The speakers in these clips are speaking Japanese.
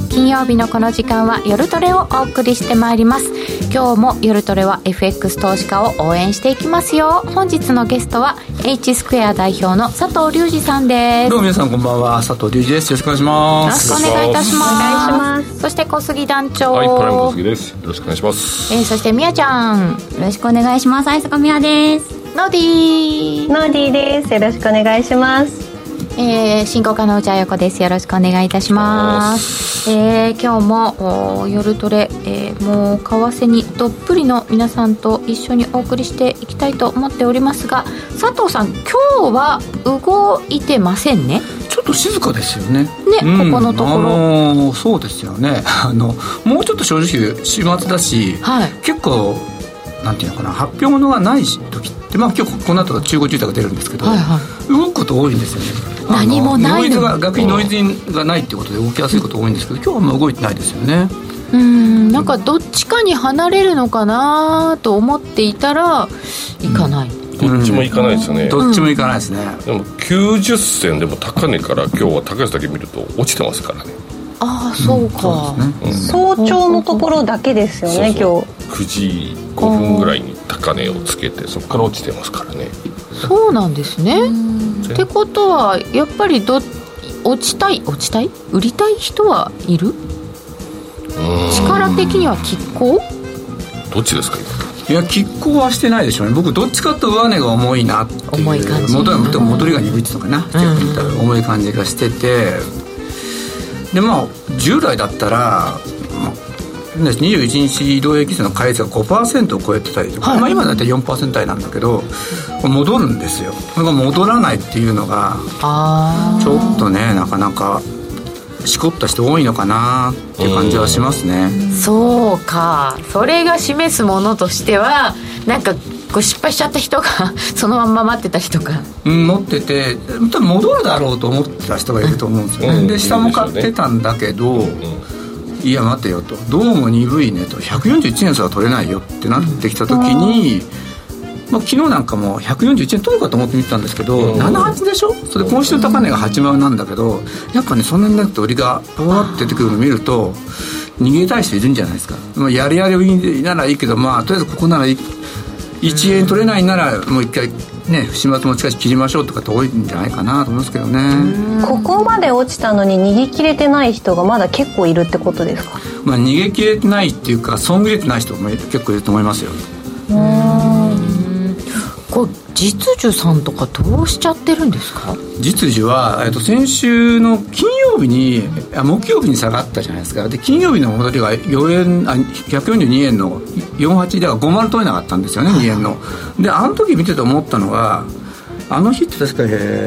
金曜日のこの時間は夜トレをお送りしてまいります。今日も夜トレは FX 投資家を応援していきますよ。本日のゲストは H スクエア代表の佐藤隆二さんです。 どうも皆さんこんばんは、佐藤隆二です。よろしくお願いします。 よろしくお願いいたします。そして小杉団長、 はい、プライム小杉です。よろしくお願いします。 そしてみやちゃん、よろしくお願いします。愛坂みやです。 ノディです。よろしくお願いします。 進行家の内彩子です。よろしくお願いいたします。今日も夜トレ、もう為替にどっぷりの皆さんと一緒にお送りしていきたいと思っておりますが、佐藤さん今日は動いてませんね。 ちょっと静かですよね。 ここのところ、 そうですよね。もうちょっと正直週末だし、はい、結構なんていうのかな、発表物がない時って、今日この後中古住宅が出るんですけど、はいはい、動くこと多いんですよね。 何もないの逆にノイズがないっていうことで動きやすいこと多いんですけど、今日はもう動いてないですよね。 なんかどっちかに離れるのかなと思っていたら行かない、 どっちも行かないですよね。 どっちも行かないですね。 でも90銭でも高値から今日は高安だけ見ると落ちてますからね。 ああ、そうか、 そうですね。早朝のところだけですよね。 そうそう、9時5分ぐらいに高値をつけてそこから落ちてますからね。 そうなんですね。ってことはやっぱり落ちたい売りたい人はいる？力的には拮抗？ どっちですか今？いや、拮抗はしてないでしょうね。僕どっちかと上値が重いなっていう、 重い感じ、 戻りが鈍いっていうのかな、重い感じがしてて、で従来だったら、21日移動平均線の回数が 5% を超えてたりとか、はい、今だいたい 4% 台なんだけど戻るんですよ。それが戻らないっていうのがちょっとね、なかなかしこった人多いのかなっていう感じはしますね。 そうか、それが示すものとしてはなんか失敗しちゃった人がそのまんま待ってた人が、 持ってて多分戻るだろうと思ってた人がいると思うんですよね。で下も買ってたんだけど、いや待てよと、どうも鈍いねと、141円すら取れないよってなってきた時に、昨日なんかも141円取るかと思って見てたんですけど、78でしょ。それで今週高値が8万なんだけど、やっぱねそんなになって売りがパワーって出てくるのを見ると逃げたい人いるんじゃないですか。やりならいいけど、とりあえずここなら1円取れないならもう一回ね、不始末も近し切りましょうとかって多いんじゃないかなと思いますけどね。 ここまで落ちたのに逃げ切れてない人がまだ結構いるってことですか？ 逃げ切れてないっていうか損切れてない人も結構いると思いますよ。 これ実需さんとかどうしちゃってるんですか？ 実需は、先週の金曜日に木曜日に下がったじゃないですか。で金曜日の戻りが142円の48では50取れなかったんですよね、2円の。であの時見てて思ったのが、あの日って確か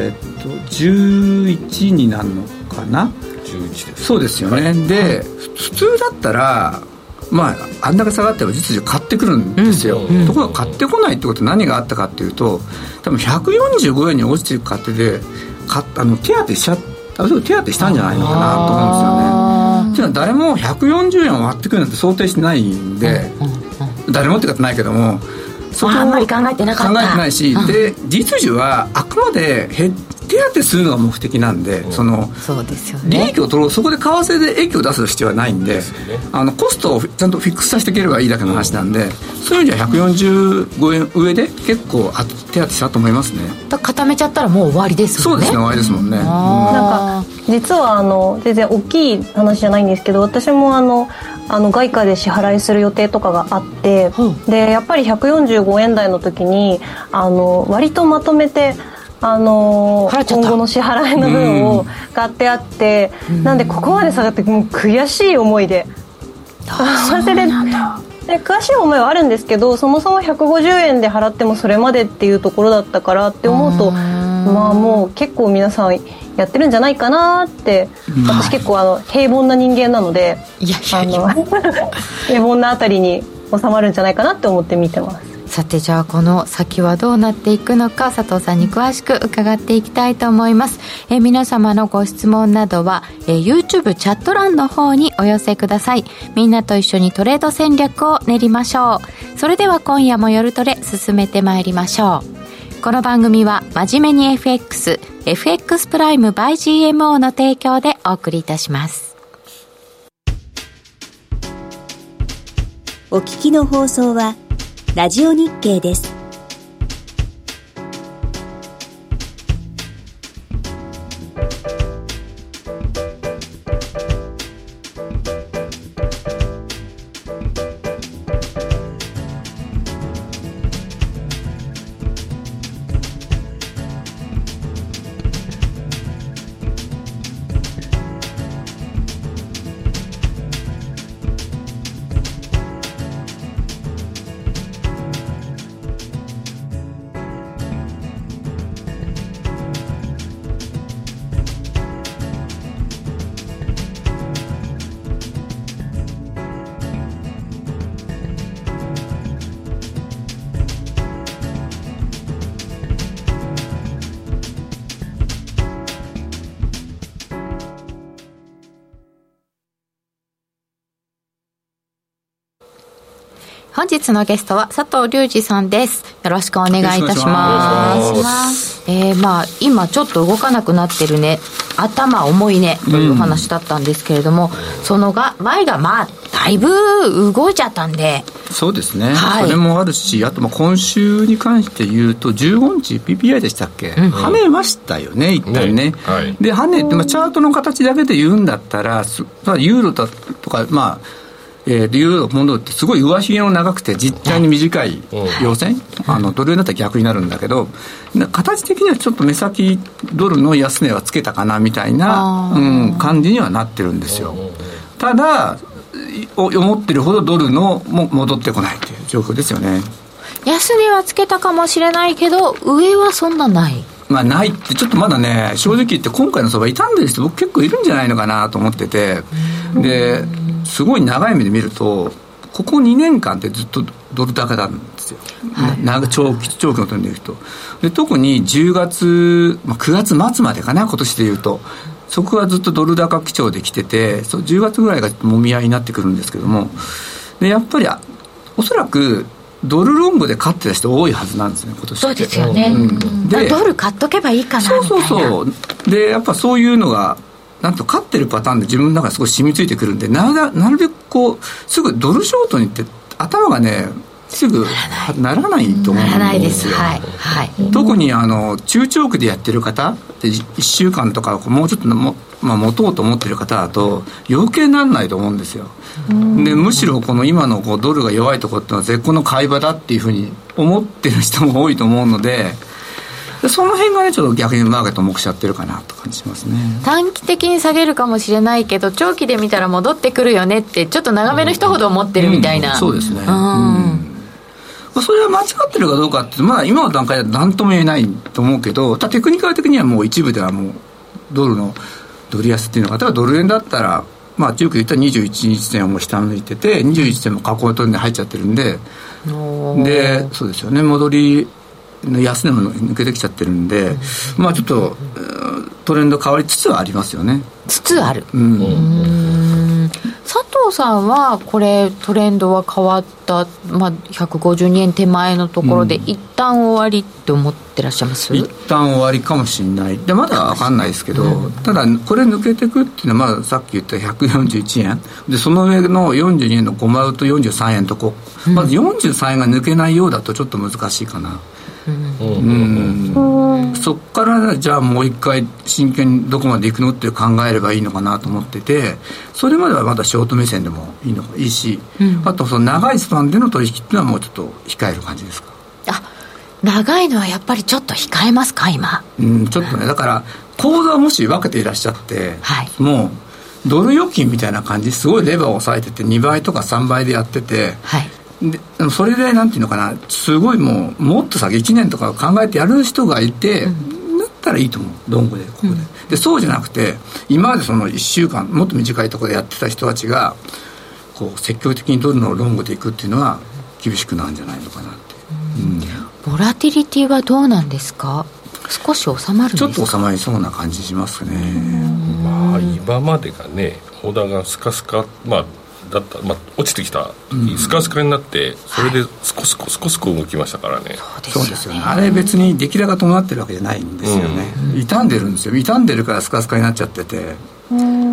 11になるのかな。 11です。 そうですよね、はい、で普通だったらあんだけ下がっても実需買ってくるんですよ、ところが買ってこないってことは何があったかっていうと、多分145円に落ちていく買ってで手当てしたんじゃないのかなと思うんですよね。っていうのは誰も140円を割ってくるなんて想定してないんで、誰もって方ないけどもそこあんまり考えてなかった。 考えてないし、で実需はあくまで手当てするのが目的なんで、 そうですよね、 利益を取ろう、そこで為替で益を出す必要はないんで、コストをちゃんとフィックスさせていければいいだけの話なんで、そういう意味では145円上で結構手当てしたと思いますね。 固めちゃったらもう終わりですもんね。 そうですね、終わりですもんね。 なんか実は全然大きい話じゃないんですけど、私も外貨で支払いする予定とかがあって、でやっぱり145円台の時に割とまとめて今後の支払いの分を買ってあって、なんでここまで下がってもう悔しい思いで、悔しい思いはあるんですけど、そもそも150円で払ってもそれまでっていうところだったからって思うと、もう結構皆さんやってるんじゃないかなって。私結構平凡な人間なので、平凡なあたりに収まるんじゃないかなって思って見てます。 さて、じゃあこの先はどうなっていくのか、佐藤さんに詳しく伺っていきたいと思います。皆様のご質問などは、YouTube チャット欄の方にお寄せください。みんなと一緒にトレード戦略を練りましょう。それでは今夜も夜トレ進めてまいりましょう。この番組は真面目に FX プライム by GMO の提供でお送りいたします。 お聞きの放送はラジオ日経です。 本日のゲストは佐藤隆二さんです。よろしくお願いいたします。今ちょっと動かなくなってるね、頭重いねというお話だったんですけれども、その前がだいぶ動いちゃったんで。 そうですね、 はい、 それもあるし、あと今週に関して言うと15日 PPI でしたっけ、跳ねましたよね一旦ね、はい、で跳ねて、チャートの形だけで言うんだったらユーロだとかユーロポンドってすごい上髭の長くて実態に短い陽線、ドル円だったら逆になるんだけど、形的にはちょっと目先ドルの安値はつけたかなみたいな、感じにはなってるんですよ。ただ思ってるほどドルのも戻ってこないという状況ですよね。 安値はつけたかもしれないけど上はそんなない、 ないってちょっとまだね、正直言って今回の相場傷んでる人僕結構いるんじゃないのかなと思ってて、ですごい長い目で見るとここ2年間ってずっとドル高なんですよ、長期のとに言うと。で特に10月、9月末までかな、今年で言うとそこはずっとドル高基調で来てて、10月ぐらいがもみ合いになってくるんですけども、でやっぱりおそらくドルロングで買ってた人多いはずなんですね今年って。 そうですよね、でドル買っとけばいいかなみたいな。 そうでやっぱそういうのがなんと勝ってるパターンで自分の中に少し染みついてくるんで、なるべくすぐドルショートにって頭がねすぐならないと思うんですよ。ならないです、特に中長期でやってる方で1週間とかもうちょっと持とうと思ってる方だと余計にならないと思うんですよ。でむしろこの今のドルが弱いところってのは絶好の買い場だっていうふうに思ってる人も多いと思うので、その辺がねちょっと逆にマーケット重くしちゃってるかなと感じしますね。 短期的に下げるかもしれないけど長期で見たら戻ってくるよねってちょっと長めの人ほど思ってるみたいな、 そうですね、それは間違ってるかどうかって今の段階では何とも言えないと思うけど、テクニカル的にはもう一部ではもうドル安っていうのが、例えばドル円だったら中期で言ったら21日線をもう下抜いてて21日線も下降トレンドに入っちゃってるんで、でそうですよね、戻り安値も抜けてきちゃってるんで、ちょっとトレンド変わりつつはありますよね。 つつある。佐藤さんはこれトレンドは変わった、152円手前のところで一旦終わりって思ってらっしゃいます？ 一旦終わりかもしれないで、まだ分かんないですけど、ただこれ抜けてくっていうのは、さっき言った141円で、その上の42円の5枚と43円とまず43円が抜けないようだとちょっと難しいかな。そっからじゃあもう一回真剣にどこまで行くのって考えればいいのかなと思ってて、それまではまだショート目線でもいいし、あとその長いスパンでの取引っていうのはもうちょっと控える感じですか？ 長いのはやっぱりちょっと控えますか今？ ちょっとね、だから口座をもし分けていらっしゃって、もうドル預金みたいな感じ、すごいレバーを抑えてて2倍とか3倍でやってて、でそれでなんていうのかな、すごいもっと先1年とか考えてやる人がいて、だったらいいと思う、ロングでここで、そうじゃなくて今までその1週間もっと短いところでやってた人たちが積極的にドルのロングでいくっていうのは厳しくなるんじゃないのかなって、 ボラティリティはどうなんですか？少し収まるんですか？ ちょっと収まりそうな感じしますね。 今までがね、オーダーがスカスカだった、落ちてきた、スカスカになってそれで少し動きましたからね。 そうですよね。あれ別に出来高伴ってるわけじゃないんですよね、傷んでるんですよ。傷んでるからスカスカになっちゃってて、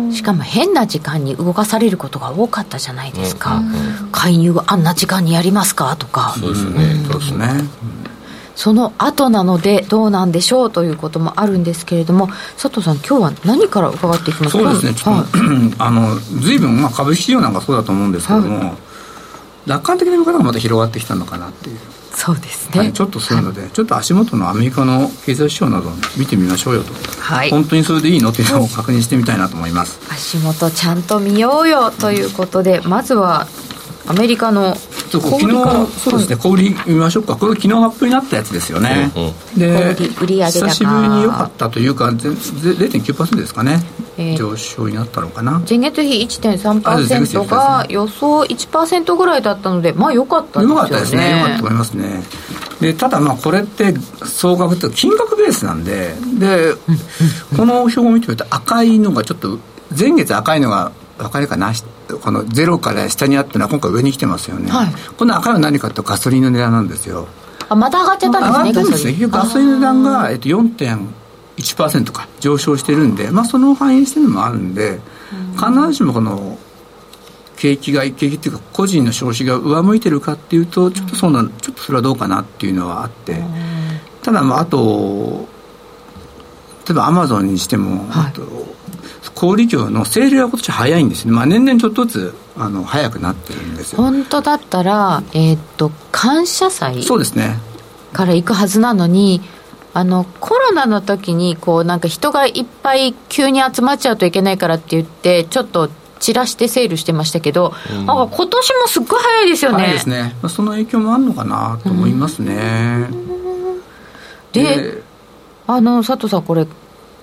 しかも変な時間に動かされることが多かったじゃないですか。介入あんな時間にやりますかとか。 そうですね、 そうですね。 その後なのでどうなんでしょうということもあるんですけれども、佐藤さん今日は何から伺っていきますか。 そうですね、ちょっと、随分、株式市場なんかそうだと思うんですけども、楽観的な見方がまた広がってきたのかなっていう。 そうですね、 ちょっとそういうので、ちょっと足元のアメリカの経済指標などを見てみましょうよと、本当にそれでいいのっていうのを確認してみたいなと思います。 足元ちゃんと見ようよということで、まずはアメリカの昨日、そうですね、小売り見ましょうか。これ昨日発表になったやつですよね。で、久しぶりに良かったというか 0.9% ですかね、上昇になったのかな。 前月比 1.3% が予想 1% ぐらいだったので、まあ良かったですよね。 良かったですね、良かったと思いますね。でただこれって総額と金額ベースなんで、この表を見てみると赤いのがちょっと、前月赤いのが分かるかな、このゼロから下にあったのは今回上に来てますよね、この赤いのは何かというとガソリンの値段なんですよ。 また上がっちゃったんですね。 上がってるんですね。結局ガソリンの値段が、4.1% か上昇してるんで、その反映してるのもあるんで、必ずしもこの景気っていうか個人の消費が上向いてるかっていうとちょっとそれはどうかなっていうのはあって、ただあと例えばアマゾンにしても、あと小売業のセールが今年早いんですね。年々ちょっとずつ早くなってるんですよ。 本当だったら、感謝祭そうですねから行くはずなのに、コロナの時になんか人がいっぱい急に集まっちゃうといけないからって言ってちょっと散らしてセールしてましたけど、今年もすっごい早いですよね。 早いですね。その影響もあるのかなと思いますね。 で佐藤さん、これ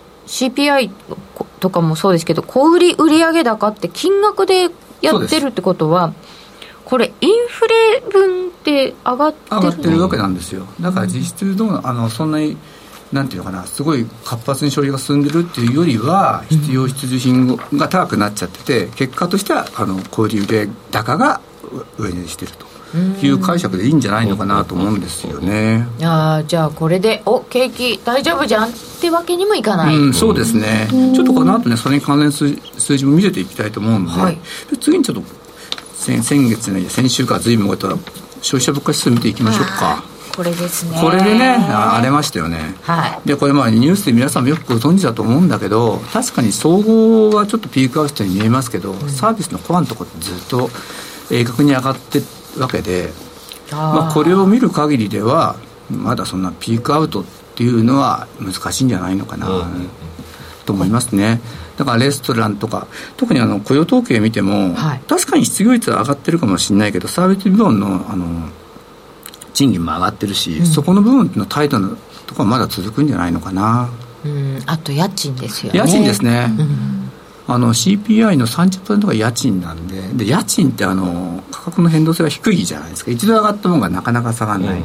CPI とかもそうですけど、小売売上高って金額でやってるってことは、これインフレ分って上がってるわけなんですよ。だから実質そんなになんていうのかな、すごい活発に消費が進んでるっていうよりは、必要必需品が高くなっちゃってて、結果としては小売売高が上にしてるという解釈でいいんじゃないのかなと思うんですよね。 じゃあこれで景気大丈夫じゃんってわけにもいかない、 そうですね。ちょっとこの後ね、それに関連する数字も見せていきたいと思うので、次にちょっと先週から随分後消費者物価指数見ていきましょうか。 これですね。 これでね、荒れましたよね。でこれニュースで皆さんもよくご存知だと思うんだけど、確かに総合はちょっとピークアウトに見えますけど、サービスのコアのところってずっと鋭角に上がってるわけで、これを見る限りではまだそんなピークアウトっていうのは難しいんじゃないのかなと思いますね。だからレストランとか特に雇用統計見ても、確かに失業率は上がってるかもしれないけど、サービス部門の賃金も上がってるし、そこの部分の態度のところはまだ続くんじゃないのかな。 あと家賃ですよね。 家賃ですね。CPI の 30% が家賃なんで、家賃って価格の変動性が低いじゃないですか。一度上がったものがなかなか下がらない。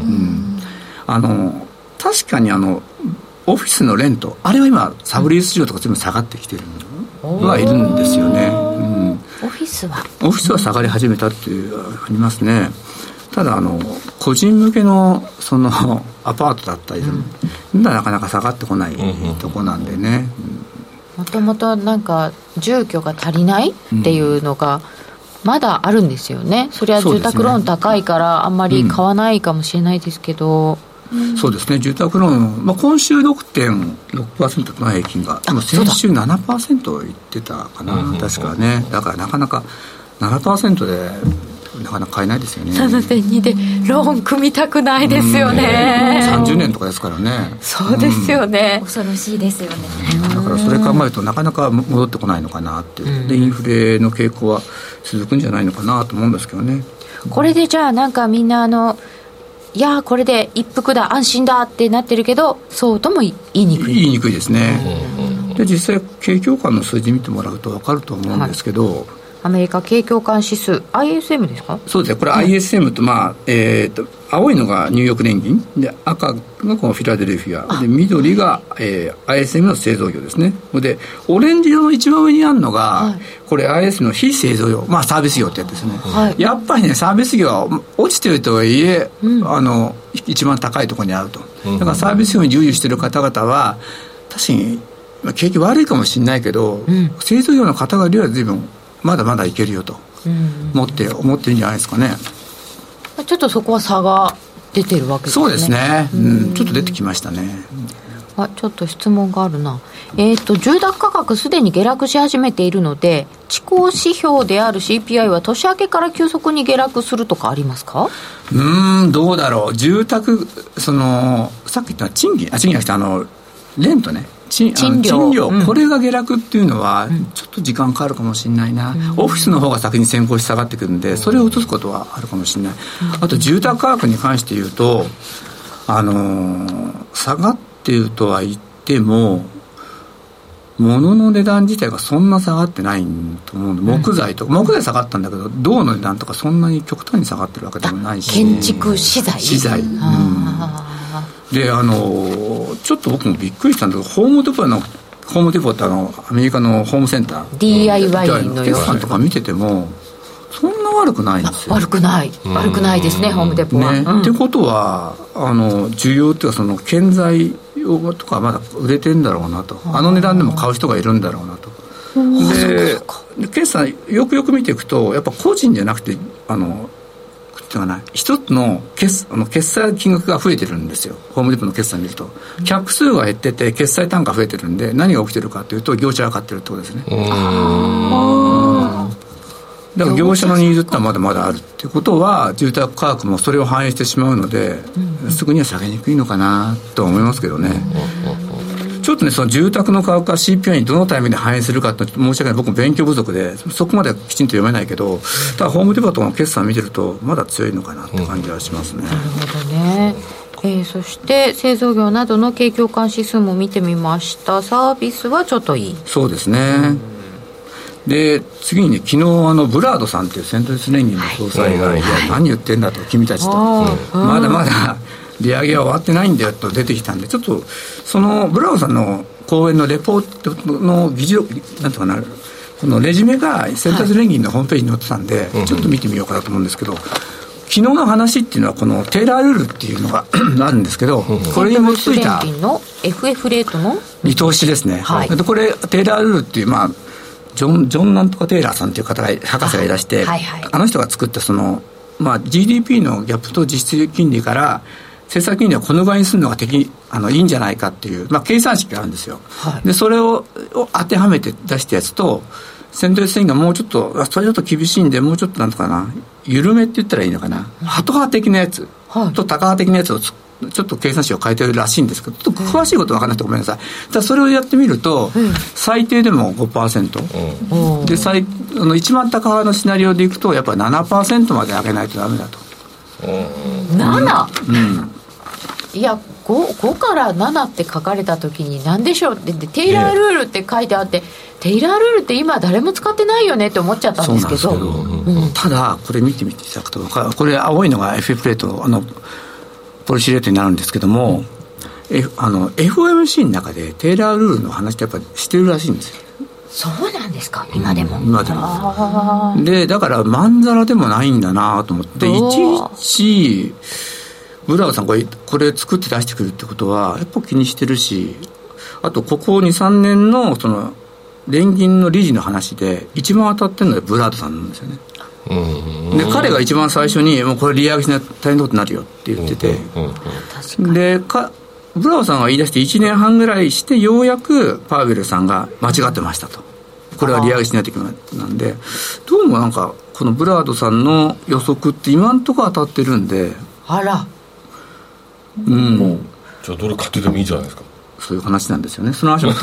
確かにオフィスのレント、あれは今サブリース市場とか全部下がってきてるのはいるんですよね。 オフィスは下がり始めたっていうありますね。ただ個人向けのそのアパートだったりなかなか下がってこないとこなんでね。 もともとなんか住居が足りないっていうのがまだあるんですよね。それは住宅ローン高いからあんまり買わないかもしれないですけど、 そうですね。住宅ローン、今週 6.6% の平均が先週 7% いってたかな、確かね。だからなかなか 7% でなかなか買えないですよね。 7.2 でローン組みたくないですよね。 30年とかですからね。 そうですよね、 恐ろしいですよね。 だからそれ考えるとなかなか戻ってこないのかなっていう、でインフレの傾向は続くんじゃないのかなと思うんですけどね。 これでじゃあなんかみんないやこれで一服だ安心だってなってるけど、そうとも言いにくいですね。で実際景況感の数字見てもらうと分かると思うんですけど、 アメリカ景況感指数 ISM ですか。 そうですね。これ ISM と、青いのがニューヨーク連銀で、赤がこのフィラデルフィアで、緑が、ISM の製造業ですね。でオレンジ色の一番上にあるのが、これ ISM の非製造業、サービス業ってやつですね、やっぱりねサービス業は落ちてるとはいえ、一番高いところにあると。だからサービス業に従事している方々は確かに景気悪いかもしれないけど、製造業の方がよりは随分まだまだいけるよと思ってるんじゃないですかね。 ちょっとそこは差が出てるわけですね。 そうですね、ちょっと出てきましたね。 ちょっと質問があるな。住宅価格すでに下落し始めているので、地高指標である CPI は年明けから急速に下落するとかありますか？ どうだろう。住宅さっき言った賃金じゃなくてレントね、賃料、これが下落っていうのはちょっと時間かかるかもしれないな、オフィスの方が先に先行して下がってくるんで、それを落とすことはあるかもしれない。あと住宅価格に関して言うと下がっているとは言っても物の値段自体がそんな下がってないと思うので、木材下がったんだけど銅の値段とかそんなに極端に下がってるわけでもないし、 建築資材、 でちょっと僕もびっくりしたんだけど、ホームデポってアメリカのホームセンター DIY のよう決算とか見ててもそんな悪くないんですよ。 悪くないですね、ホームデポは、 ってことは需要っていうか建材とかまだ売れてるんだろうなと、値段でも買う人がいるんだろうなと。で決算よくよく見ていくとやっぱ個人じゃなくて一つの決済金額が増えてるんですよ。ホームデポの決算見ると客数が減ってて決済単価増えてるんで、何が起きてるかというと業者が買ってるってことですね。だから業者のニーズってのはまだまだあるっていうことは、住宅価格もそれを反映してしまうので、すぐには下げにくいのかなと思いますけどね。ちょっとね、その住宅の価格が CPI にどのタイミングで反映するかって申し訳ない、僕も勉強不足でそこまできちんと読めないけど、ただホームデポとかの決算見てるとまだ強いのかなって感じはしますね。 なるほどね。そして製造業などの景況感指数も見てみました。サービスはちょっといい。 そうですね。で次にね、昨日ブラードさんっていうセントルス連銀の総裁が、いや何言ってんだと君たちと、まだまだ利上げは終わってないんだよと出てきたんで、ちょっとそのブラードさんの講演のレポートの議事録なんとかなるこのレジュメがセントルス連銀のホームページに載ってたんで、ちょっと見てみようかなと思うんですけど、昨日の話っていうのはこのテーラールールっていうのがあるんですけど、これに基づいたセントルス連銀の FF レートの見通しですね。でこれテーラールールっていうジョンなんとかテイラーさんという方が博士がいらして、あの人が作ったGDP のギャップと実質金利から政策金利はこのぐらいにするのがいいんじゃないかっていう、計算式があるんですよ。でそれを当てはめて出したやつと、セントルス連銀がもうちょっとそれだと厳しいんでもうちょっとなんとかな緩めって言ったらいいのかな、ハト派的なやつとタカ派的なやつをちょっと計算式を変えてるらしいんですけど、ちょっと詳しいこと分からなくてごめんなさい。ただそれをやってみると、最低でも 5%、で一番高派のシナリオでいくとやっぱり 7% まで上げないとダメだと。 7？いや 5から7って書かれた時に何でしょうってテイラールールって書いてあって、テイラールールって今誰も使ってないよねって思っちゃったんですけど、 ただこれ見てみていただくと、これ青いのが FF レートポリシーレートになるんですけども、FOMC の中でテイラールールの話ってやっぱりしてるらしいんですよ。 そうなんですか。今でもでだからまんざらでもないんだなと思って、いちいちブラウさんこれ作って出してくるってことはやっぱ気にしてるし、あとここ 2,3 年のその連銀の理事の話で一番当たってるのはブラードさんなんですよね。で彼が一番最初にもうこれ利上げしないと大変なことになるよって言ってて、でブラウさんが言い出して1年半ぐらいしてようやくパウエルさんが間違ってましたと、これは利上げしないといけないなんで、どうもなんかこのブラードさんの予測って今んとこ当たってるんで、 あら、 じゃあどれ買ってでもいいじゃないですか。 そういう話なんですよね。その話も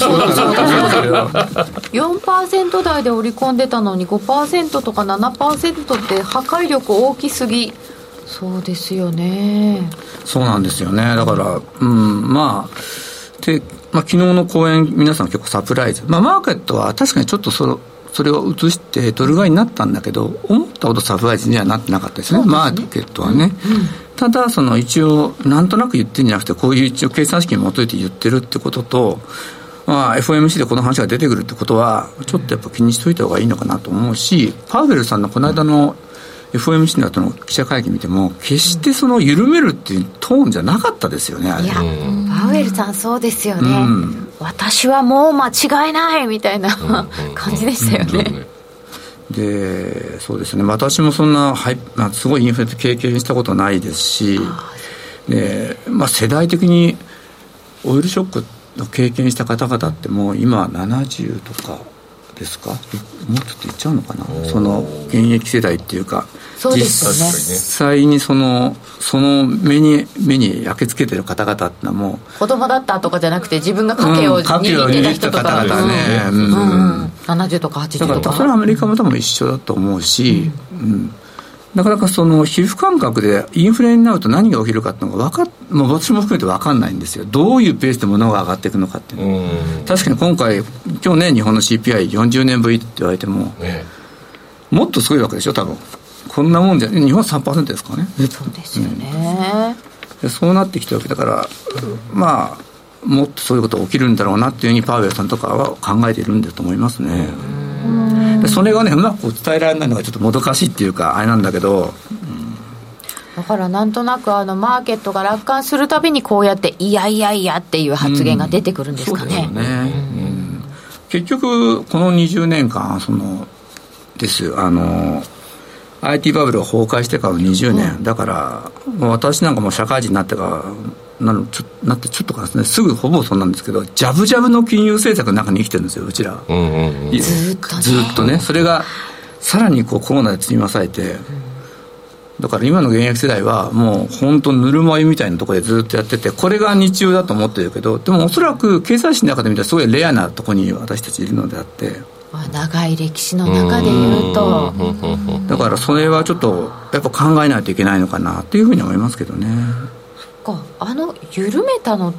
4% 台で織り込んでたのに 5% とか 7% って破壊力大きすぎ。そうですよね。 そうなんですよね。だから昨日の講演皆さん結構サプライズ、マーケットは確かにちょっとそれを移してドル買いになったんだけど、思ったほどサプライズにはなってなかったですね、マーケットはね。ただ一応なんとなく言ってるんじゃなくて、こういう一応計算式に基づいて言ってるってことと、FOMC でこの話が出てくるってことはちょっとやっぱ気にしといた方がいいのかなと思うし、パウエルさんのこの間の FOMC の後の記者会見見ても決して緩めるっていうトーンじゃなかったですよね、あれ。 いや、パパウエルさんそうですよね、私はもう間違いないみたいな感じでしたよね。 でそうですね、私もそんな、すごいインフレって経験したことないですし、で、世代的にオイルショックの経験した方々ってもう今70とかですか、もうちょっといっちゃうのかな、その現役世代っていうか、 そうですよね、 実際にその目に焼けつけてる方々ってのはもう子供だったとかじゃなくて自分が家計を握ってた人とか、70とか80とか、 だからそれはアメリカも多分一緒だと思うし、なかなかその皮膚感覚でインフレになると何が起きるかっていうのがもう私も含めて分かんないんですよ。どういうペースで物が上がっていくのかっていうの、確かに今日ね、日本の CPI40 年ぶりって言われても、もっとすごいわけでしょ多分。こんなもんじゃ日本は 3% ですからね。 そうですよね、 でそうなってきたわけだから、もっとそういうことが起きるんだろうなっていうふうにパウエルさんとかは考えているんだと思いますね。でそれがねうまく伝えられないのがちょっともどかしいっていうかあれなんだけど、 だからなんとなくマーケットが楽観するたびにこうやっていやいやいやっていう発言が出てくるんですかね。 そうだよね、結局この20年間IT バブルが崩壊してからの20年、だからもう私なんかもう社会人になってからなってちょっとからですね、すぐほぼそうなんですけど、ジャブジャブの金融政策の中に生きてるんですようちら、ずっとね。それがさらにコロナで積み増されて、だから今の現役世代はもう本当ぬるま湯みたいなところでずっとやってて、これが日常だと思ってるけど、でもおそらく経済史の中で見たらすごいレアなところに私たちいるのであって、 長い歴史の中でいうと、 だからそれはちょっとやっぱ考えないといけないのかなっていうふうに思いますけどね。 緩めたのって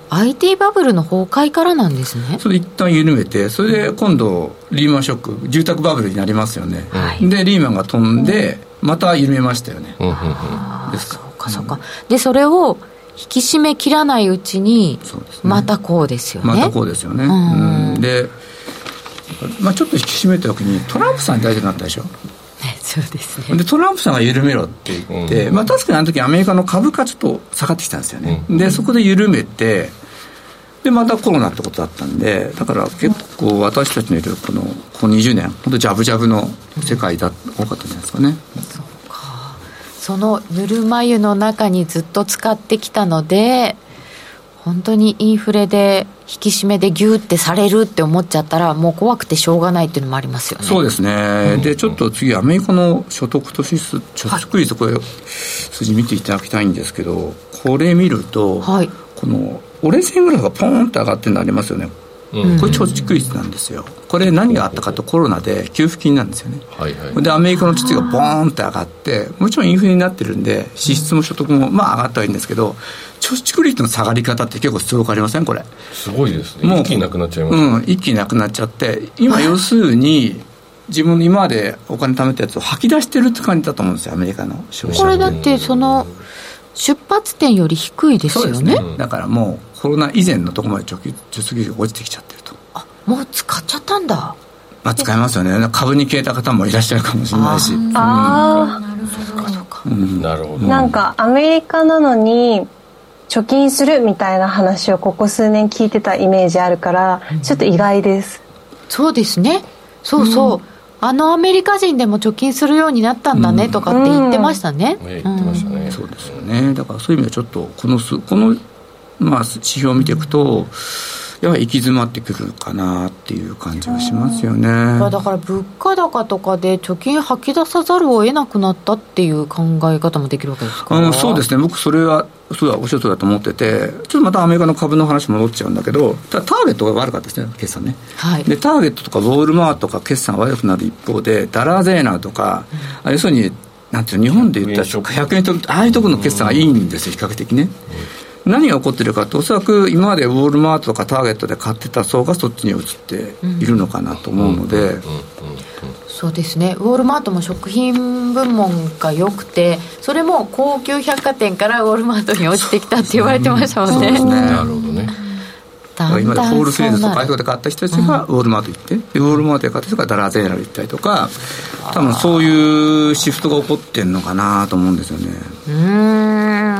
IT バブルの崩壊からなんですね。 それ一旦緩めて、それで今度リーマンショック、住宅バブルになりますよね、でリーマンが飛んでまた緩めましたよね、ですか。 そうか、でそれを引き締めきらないうちにまたこうですよね。 またこうですよね、で、ちょっと引き締めた時にトランプさんに大事になったでしょ。 そうですね。 でトランプさんが緩めろって言って、確かにあの時アメリカの株価ちょっと下がってきたんですよね、でそこで緩めて、でまたコロナってことだったんで、だから結構私たちのいるこの20年本当ジャブジャブの世界多かったんじゃないですかね。 そうか、そのぬるま湯の中にずっと使ってきたので、本当にインフレで引き締めでギューってされるって思っちゃったらもう怖くてしょうがないっていうのもありますよね。 そうですね、でちょっと次アメリカの所得都市数率、これ数字見ていただきたいんですけど、これ見ると、この折れ線グラフがポーンって上がってるのありますよね、これ貯蓄率なんですよ。これ何があったかとコロナで給付金なんですよね、でアメリカの貯蓄がボーンって上がって、もちろんインフレになってるんで支出も所得も上がったはいいんですけど、貯蓄率の下がり方って結構すごくありません？これすごいですね。もう一気になくなっちゃいますね、 一気になくなっちゃって、今要するに自分の今までお金貯めたやつを吐き出してるって感じだと思うんですよ、アメリカの消費者。 これだってその出発点より低いですよね。 そうですね、だからもうコロナ以前のところまで貯蓄率が落ちてきちゃってると。 もう使っちゃったんだ。 使いますよね。株に消えた方もいらっしゃるかもしれないし。 なるほど、そうか、 なるほど。 なんかアメリカなのに貯金するみたいな話をここ数年聞いてたイメージあるから、ちょっと意外です。 そうですね、そうそう、アメリカ人でも貯金するようになったんだねとかって言ってましたね、 言ってましたね。 そうですよね。だからそういう意味ではちょっとこの指標を見ていくとやはり行き詰まってくるかなっていう感じがしますよね。 だから物価高とかで貯金吐き出さざるを得なくなったっていう考え方もできるわけですか？ そうですね、僕それはそうだおっしゃるとだと思ってて、ちょっとまたアメリカの株の話戻っちゃうんだけど、ターゲットが悪かったですね、決算ね、でターゲットとかウォールマートとか決算が悪くなる一方でダラーゼーナーとか、要するになんていう日本で言ったら100円とああいうところの決算がいいんですよ、比較的ね。何が起こってるかって、おそらく今までウォールマートとかターゲットで買ってた層がそっちに移っているのかなと思うので、 そうですね、ウォールマートも食品部門が良くて、それも高級百貨店からウォールマートに落ちてきたって言われてましたもんね。 そうですね、 なるほどね。 今までホールセールスとかで買った人たちがウォールマート行って、でウォールマートで買った人がダラーゼーナル行ったりとか、多分そういうシフトが起こってんのかなと思うんですよね。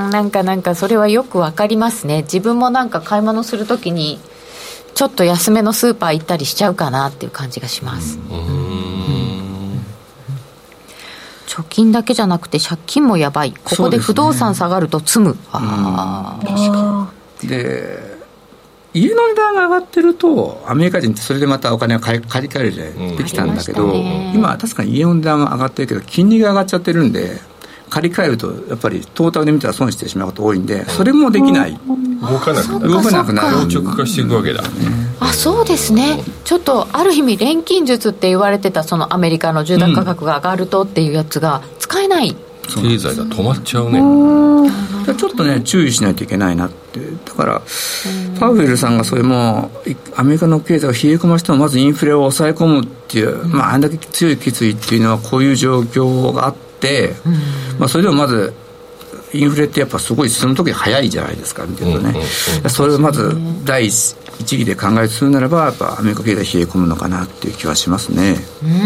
なんかそれはよくわかりますね。自分もなんか買い物するときにちょっと安めのスーパー行ったりしちゃうかなっていう感じがします。貯金だけじゃなくて借金もやばい。ここで不動産下がると積む。確かに。で家の値段が上がってるとアメリカ人ってそれでまたお金を借り換えるじゃできたんだけど、今確かに家の値段が上がってるけど金利が上がっちゃってるんで、借り換えるとやっぱりトータルで見たら損してしまうこと多いんで、それもできない、 動かなくなる、硬直化していくわけだ、 そうですね。ちょっとある意味錬金術って言われてたそのアメリカの住宅価格が上がるとっていうやつが使えない、 経済が止まっちゃうね。 ちょっとね注意しないといけないなって。だからパウエルさんがそれもアメリカの経済を冷え込ませてもまずインフレを抑え込むっていう、あんだけ強い決意っていうのはこういう状況があって、それでもまずインフレってやっぱすごいその時早いじゃないですか見てるとね、それをまず第一義で考えするならばやっぱアメリカ経済冷え込むのかなっていう気はしますね。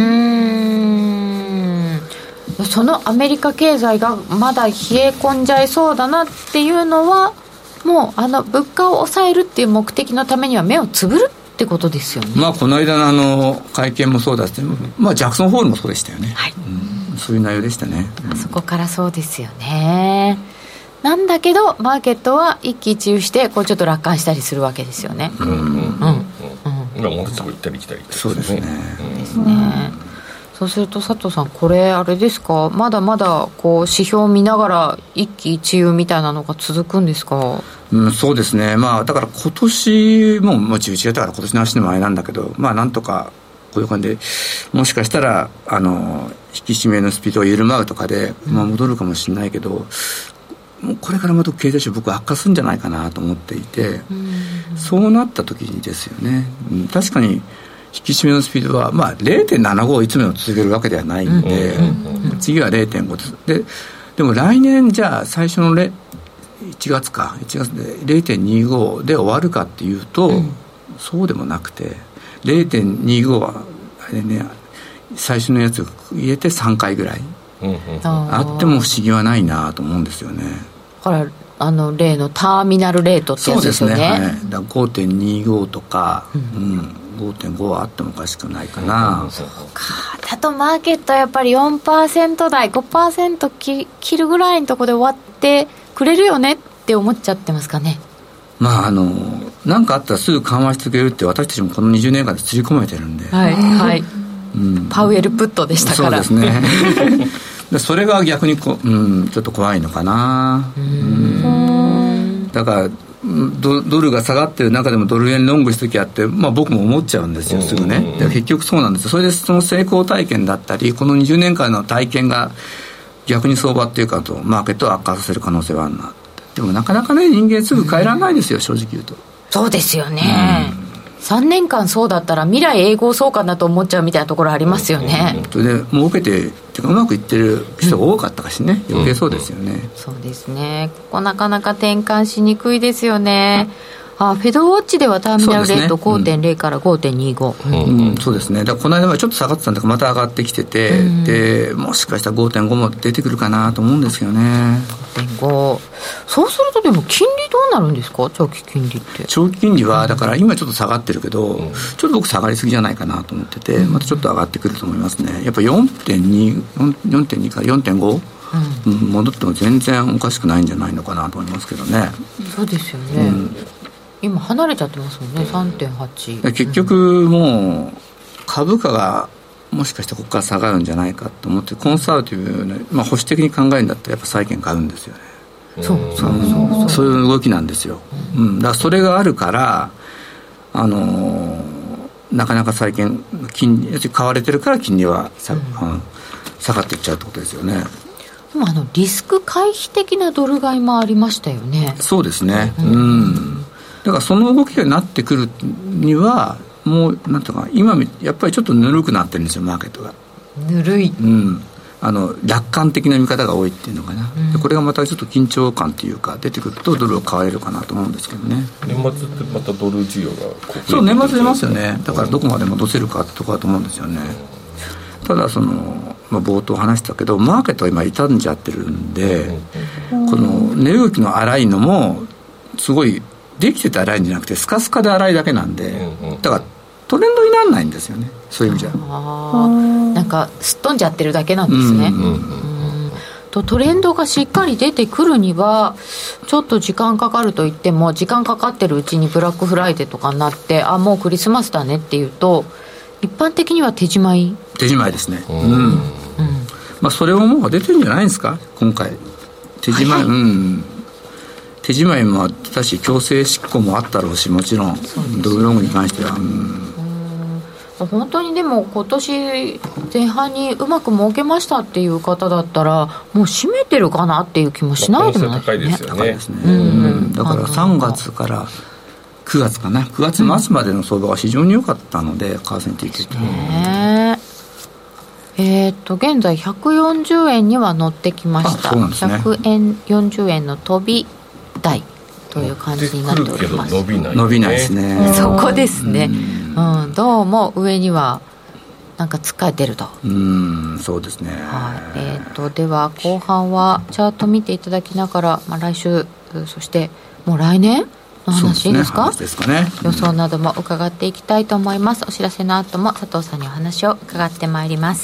そのアメリカ経済がまだ冷え込んじゃいそうだなっていうのはもう物価を抑えるっていう目的のためには目をつぶるってことですよね。 この間の会見もそうだし、ジャクソンホールもそうでしたよね、そういう内容でしたね、 そこからそうですよね。なんだけどマーケットは一喜一憂してこうちょっと楽観したりするわけですよね。 今ものすごい行ったり来たり、 そうですね。 そうすると佐藤さんこれあれですか、まだまだこう指標を見ながら一喜一憂みたいなのが続くんですか。 そうですね。だから今年も11月だから今年の足の前なんだけど、なんとかこういう感じでもしかしたら引き締めのスピードが緩まうとかで、戻るかもしれないけど、もうこれからまた経済指標僕は悪化するんじゃないかなと思っていて、そうなった時にですよね、確かに引き締めのスピードは、0.75 をいつも続けるわけではないんで、次は 0.5 です。でも来年じゃあ最初の1月で 0.25 で終わるかっていうと、そうでもなくて 0.25 はあれね、最初のやつを入れて3回ぐらい、あっても不思議はないなと思うんですよね。 だから例のターミナルレートってやつですよね。 そうですね、だから 5.25 とか、5.5 はあってもおかしくないかな。 そうか。だとマーケットはやっぱり 4% 台 5% 切るぐらいのところで終わってくれるよねって思っちゃってますかね。 なんかあったらすぐ緩和し続けるって私たちもこの20年間で刷り込まれてるんで、パウエルプットでしたから。 そうですねそれが逆にちょっと怖いのかな。だからドルが下がってる中でもドル円ロングした時あって、僕も思っちゃうんですよすぐね。で結局そうなんですよ。それでその成功体験だったりこの20年間の体験が逆に相場っていうかとマーケットを悪化させる可能性はあるな。でもなかなかね人間すぐ変えられないですよ、正直言うと。 そうですよね、3年間そうだったら未来永劫そうかなと思っちゃうみたいなところありますよね。 それで儲けてうまくいってる人が多かったかしね、余計そうですよね、 そうですね。ここなかなか転換しにくいですよね。フェドウォッチではターミナルレート 5.0 から 5.25、 そうですね。だからこの間はちょっと下がってたんだけどまた上がってきてて、でもしかしたら 5.5 も出てくるかなと思うんですけどね。 5.5。そうするとでも金利どうなるんですか、長期金利って。 長期金利はだから今ちょっと下がってるけど、ちょっと僕下がりすぎじゃないかなと思ってて、またちょっと上がってくると思いますね。やっぱ 4.2 から 4.5、戻っても全然おかしくないんじゃないのかなと思いますけどね。 そうですよね、今離れちゃってますもんね、 3.8。 結局もう株価がもしかしてここから下がるんじゃないかと思ってコンサバティブね、保守的に考えるんだったらやっぱ債券買うんですよね。そういう動きなんですよ、だからそれがあるからなかなか債券金利買われてるから金利は下がっていっちゃうってことですよね。 でもリスク回避的なドル買いもありましたよね。 そうですね、だからその動きがなってくるにはもうなんとか今やっぱりちょっとぬるくなってるんですよマーケットが。 ぬるい、 楽観的な見方が多いっていうのかな、でこれがまたちょっと緊張感っていうか出てくるとドルを買われるかなと思うんですけどね。 年末ってまたドル需要がそう年末出ますよね。だからどこまで戻せるかってところだと思うんですよね。ただ冒頭話したけどマーケットは今傷んじゃってるんで、 この値動きの荒いのもすごいできてて荒いんじゃなくてスカスカで荒いだけなんで、だからトレンドにならないんですよね、そういう意味じゃ。 なんかすっ飛んじゃってるだけなんですね。トレンドがしっかり出てくるにはちょっと時間かかるといっても、時間かかってるうちにブラックフライデーとかになって、もうクリスマスだねっていうと、一般的には手仕舞いですね。それをもう出てるんじゃないですか今回。手仕舞い、手仕舞いもあったし強制執行もあったろうし、もちろんドルロングに関しては本当にでも今年前半にうまく儲けましたっていう方だったらもう締めてるかなっていう気もしないでもないですね。 高いですね。だから3月から9月かな、9月末までの相場が非常に良かったので、為替に提供現在140円には乗ってきました。140円の飛び台という感じになっております。 伸びないですね。 そこですね。どうも上にはなんかつっかえてると。 そうですね。 では後半はチャート見ていただきながら、来週そしてもう来年の話ですか？予想なども伺っていきたいと思います。お知らせの後も佐藤さんにお話を伺ってまいります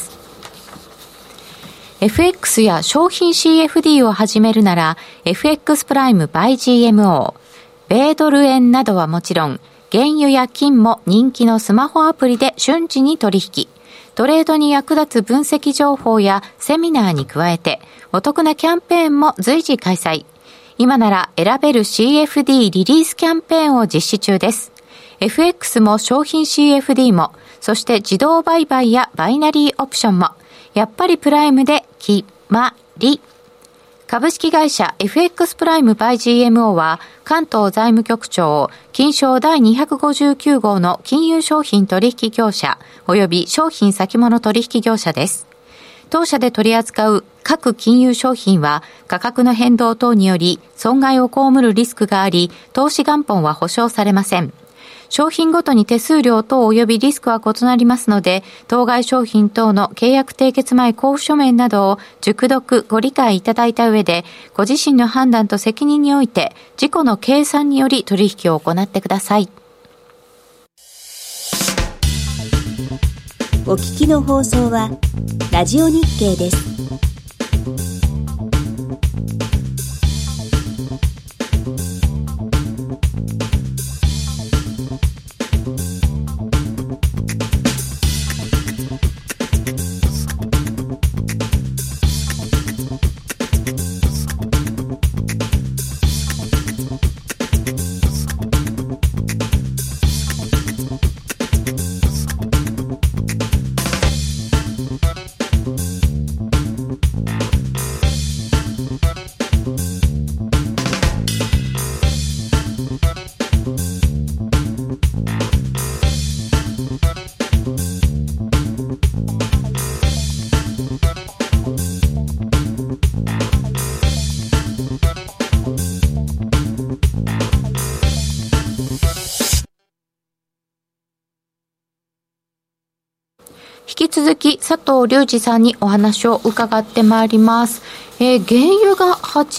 。FX や商品 CFD を始めるなら FX プライム by GMO、 米ドル円などはもちろん原油や金も人気のスマホアプリで瞬時に取引、トレードに役立つ分析情報やセミナーに加えてお得なキャンペーンも随時開催。今なら選べる CFD リリースキャンペーンを実施中です。 FX も商品 CFD も、そして自動売買やバイナリーオプションもやっぱりプライムで決まり。株式会社 FX プライム by GMO は関東財務局長金商第259号の金融商品取引業者及び商品先物取引業者です。当社で取り扱う各金融商品は価格の変動等により損害を被るリスクがあり、投資元本は保証されません。商品ごとに手数料等及びリスクは異なりますので、当該商品等の契約締結前交付書面などを熟読ご理解いただいた上で、ご自身の判断と責任において自己の計算により取引を行ってください。 お聞きの放送はラジオ日経です。 引き続き佐藤隆二さんにお話を伺ってまいります。原油が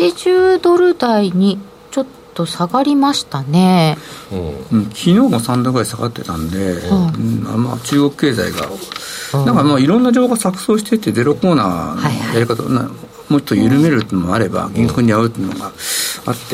80ドル台にちょっと下がりましたね。 昨日も3度ぐらい下がってたんで、中国経済がなんかいろんな情報が錯綜していて、ゼロコーナーのやり方をもっと緩めるっていうのもあれば、銀行に合うっていうのがあって、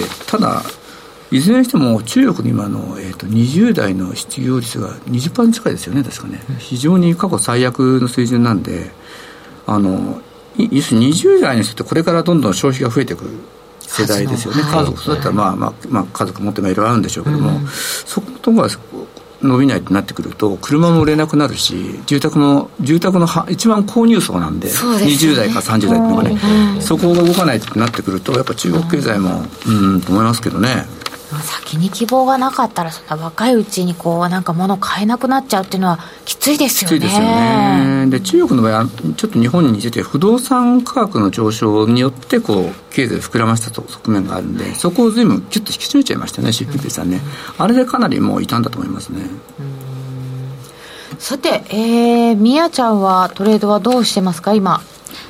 ただいずれにしても中国の今の、20代の失業率が 20% 近いですよね、確かね。非常に過去最悪の水準なんで、要するに20代の人ってこれからどんどん消費が増えてくる世代ですよね。家族だったら家族持ってもいろいろあるんでしょうけども、そことが伸びないってなってくると車も売れなくなるし、住宅の一番購入層なんで、20代から30代っていうのがね、そこが動かないってなってくると、やっぱ中国経済もと思いますけどね。 先に希望がなかったら、そんな若いうちになんか物を買えなくなっちゃうっていうのはきついですよね。 きついですよね。で、中国の場合はちょっと日本に似てて、不動産価格の上昇によって経済を膨らました側面があるんで、そこを随分キュッと引き締めちゃいましたね、習近平さんね。あれでかなりもう傷んだと思いますね。 さて、みやちゃんはトレードはどうしてますか今？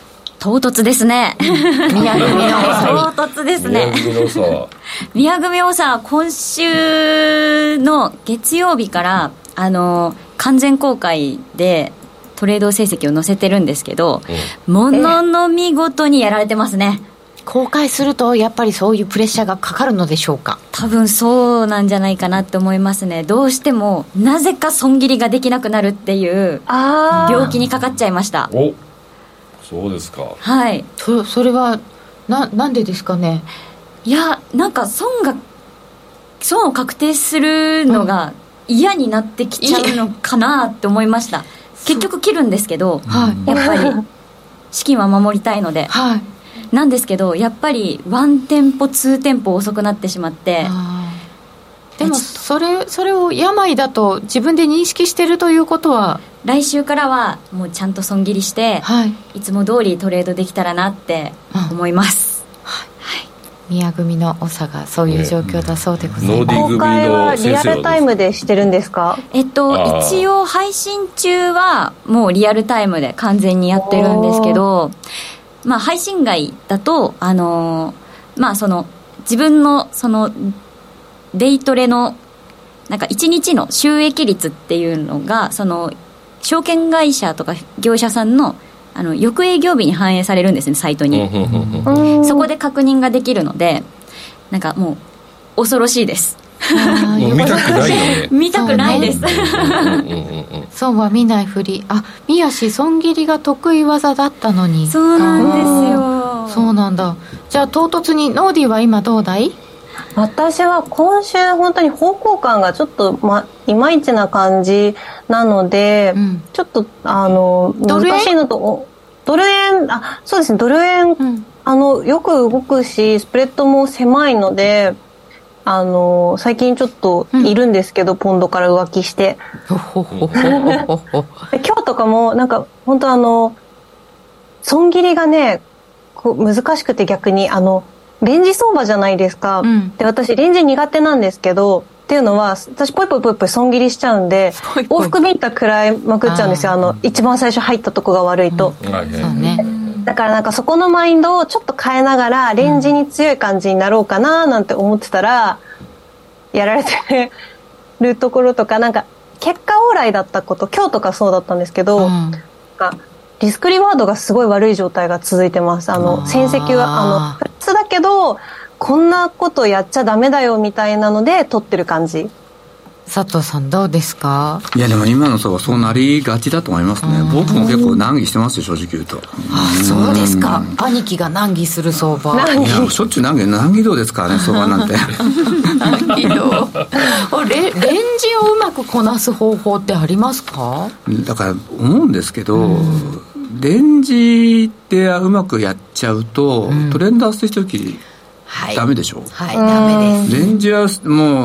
唐突ですね。 宮組の唐突ですね。 宮組のさ宮組をさ、今週の月曜日から完全公開でトレード成績を載せてるんですけど、ものの見事にやられてますね。 公開するとやっぱりそういうプレッシャーがかかるのでしょうか。 多分そうなんじゃないかなって思いますね。どうしてもなぜか損切りができなくなるっていう病気にかかっちゃいました。 お、そうですか。 はい。 それはなんでですかね。 いや、なんか損を確定するのが嫌になってきちゃうのかなって思いました。結局切るんですけど、やっぱり資金は守りたいので、なんですけど、やっぱり1店舗2店舗遅くなってしまって。 でもそれを病だと自分で認識してるということは、 来週からはもうちゃんと損切りして、いつも通りトレードできたらなって思います。 宮組の長がそういう状況だそうでございます。 公開はリアルタイムでしてるんですか？ 一応配信中はもうリアルタイムで完全にやってるんですけど、まあ、配信外だとまあ、その自分のそのデイトレのなんか1日の収益率っていうのが、その証券会社とか業者さんの翌営業日に反映されるんですね、サイトに。そこで確認ができるので、なんかもう恐ろしいです。 もう見たくないよね。 見たくないです。 損は見ないふり。宮氏損切りが得意技だったのに。 そうなんですよ。 そうなんだ。じゃあ唐突にノーディーは今どうだい？ 私は今週本当に方向感がちょっと、いまいちな感じなので、ちょっと難しいのと、ドル円、そうですね、ドル円、よく動くしスプレッドも狭いので、最近ちょっといるんですけど、ポンドから浮気して今日とかもなんか本当損切りがね難しくて、逆にレンジ相場じゃないですか、で私レンジ苦手なんですけど、っていうのは私ポイポイポイポイ損切りしちゃうんで、往復ビンタ食らいまくっちゃうんですよ。一番最初入ったとこが悪いと、 そうね。 だからなんかそこのマインドをちょっと変えながらレンジに強い感じになろうかななんて思ってたら、やられてるところとか、なんか結果オーライだったこと、今日とかそうだったんですけど、なんかリスクリワードがすごい悪い状態が続いてます。戦績は普通だけどこんなことやっちゃダメだよみたいなので取ってる感じ。 佐藤さんどうですか？ いやでも今の相場そうなりがちだと思いますね。僕も結構難儀してますよ、正直言うと。 そうですか。兄貴が難儀する相場。 いやしょっちゅう難儀どうですからね、相場なんて。 難儀どレンジをうまくこなす方法ってありますか？ だから思うんですけど、レンジでうまくやっちゃうと、トレンド合わせした時ダメでしょ。 ダメです。 レンジは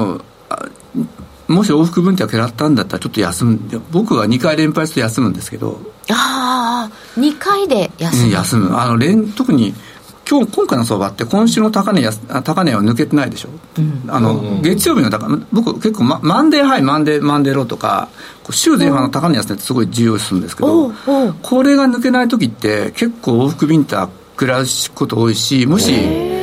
もし往復分岐が食らったんだったらちょっと休む。僕は2回連敗すると休むんですけど。 2回で休む。 休む。特に今回の相場って今週の高値は抜けてないでしょ。月曜日の僕結構マンデーハイマンデーローとか週前半の高値安値ってすごい重要視するんですけど、これが抜けない時って結構往復ビンタ食らうこと多いし、もし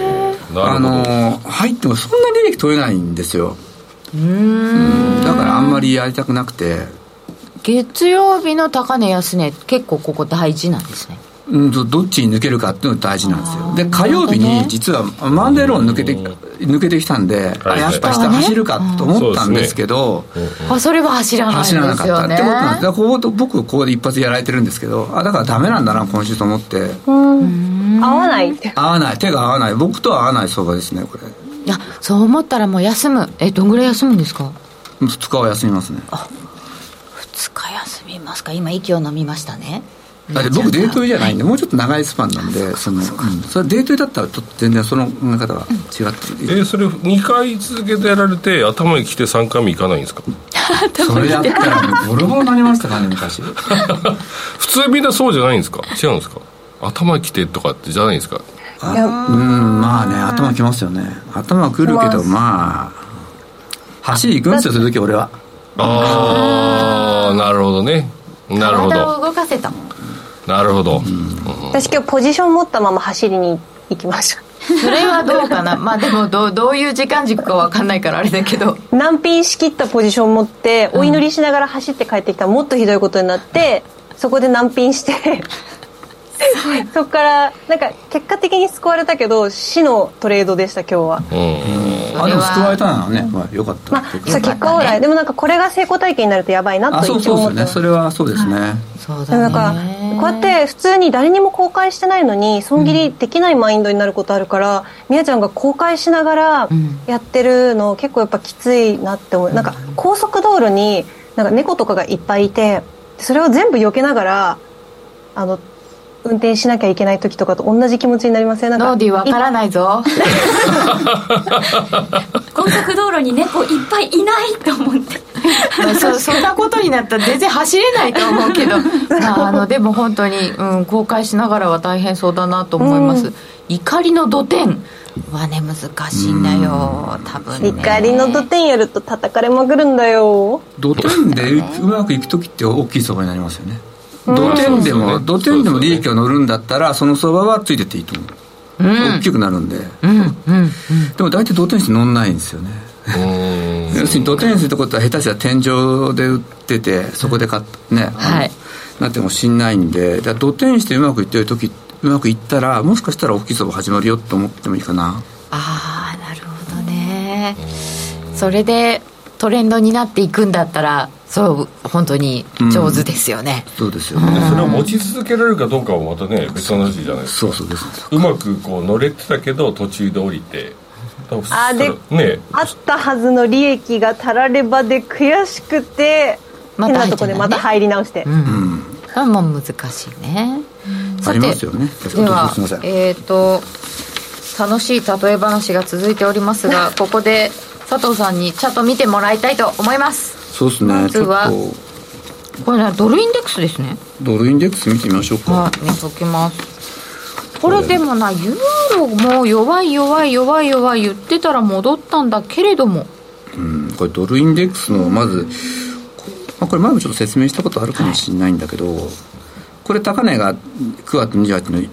入ってもそんな利益取れないんですよ。だからあんまりやりたくなくて。 月曜日の高値安値結構ここ大事なんですね。 どっちに抜けるかっていうのが大事なんですよ。で火曜日に実はマンデーローン抜けてきたんで、やっぱり下走るかと思ったんですけど、 それは走らないんですよね。 走らなかったってことなんです。だから僕ここで一発やられてるんですけど、だからダメなんだな今週と思って。 合わない手が合わない。僕とは合わない相場ですねこれ。 いやそう思ったらもう休む。どんぐらい休むんですか ？2日は休みますね。 2日休みますか。今息を飲みましたね。 だって僕デートイじゃないんで、もうちょっと長いスパンなんで、それデートイだったらちょっと全然その考え方が違ってる。 それ2回続けてやられて頭に来て3回目いかないんですか？ それやったらボロボロになりましたからね昔。 普通みんなそうじゃないんですか？違うんですか？頭に来てとかってじゃないんですか？ まあね、頭きますよね。頭くるけど走り行くんですよ、その時俺は。 なるほどね。なるほど。 体を動かせた。 なるほど、 私今日ポジション持ったまま走りに行きました。 それはどうかなまあでもどういう時間軸か分かんないからあれだけど、 難品しきったポジション持ってお祈りしながら走って帰ってきたらもっとひどいことになって、そこで難品してそこからなんか結果的に救われたけど死のトレードでした今日は。 でも救われたのはね、まあ、よかった、 そう結果オーライ、でもなんかこれが成功体験になるとやばいなと一応思ってます。 そうですね、それはそうですね、 そうだね。 でもなんかこうやって普通に誰にも公開してないのに損切りできないマインドになることあるから、みやちゃんが公開しながらやってるの結構やっぱきついなって思う。なんか高速道路になんか猫とかがいっぱいいて、それを全部避けながら運転しなきゃいけない時とかと同じ気持ちになりません？なんかノーディーわからないぞ高速道路に猫いっぱいいないと思ってそんなことになったら全然走れないと思うけどでも本当に、公開しながらは大変そうだなと思います。怒りの土点はね難しいんだよ多分ね。 怒りの土点やると叩かれまくるんだよ。 土点でうまくいく時って大きい相場になりますよね。土点でも利益を乗るんだったらその相場はついてっていいと思う、大きくなるんで、でも大体土点して乗んないんですよね要するに土点するってことは下手したら天井で売っててそこで買ってね、なってもしんないんで、だから土点してうまくいってる時うまくいったらもしかしたら大きい相場始まるよと思ってもいいかな。 ああなるほどね。それでトレンドになっていくんだったらそう本当に上手ですよね、 そうですよね、 それを持ち続けられるかどうかはまたね別の話じゃないですか。 そうです。 うまくこう乗れてたけど途中で降りてね、あったはずの利益がたらればで悔しくて、変なとこでまた入り直して、 まあ難しいね。 ありますよね。 では楽しい例え話が続いておりますがここで佐藤さんにチャート見てもらいたいと思います。 そうですね。 まずはこれねドルインデックスですね。 ドルインデックス見てみましょうか。 見ときます。これでもなユーロも弱い言ってたら戻ったんだけれども、 これドルインデックスのまず、これ前もちょっと説明したことあるかもしれないんだけど、これ高値が9月28の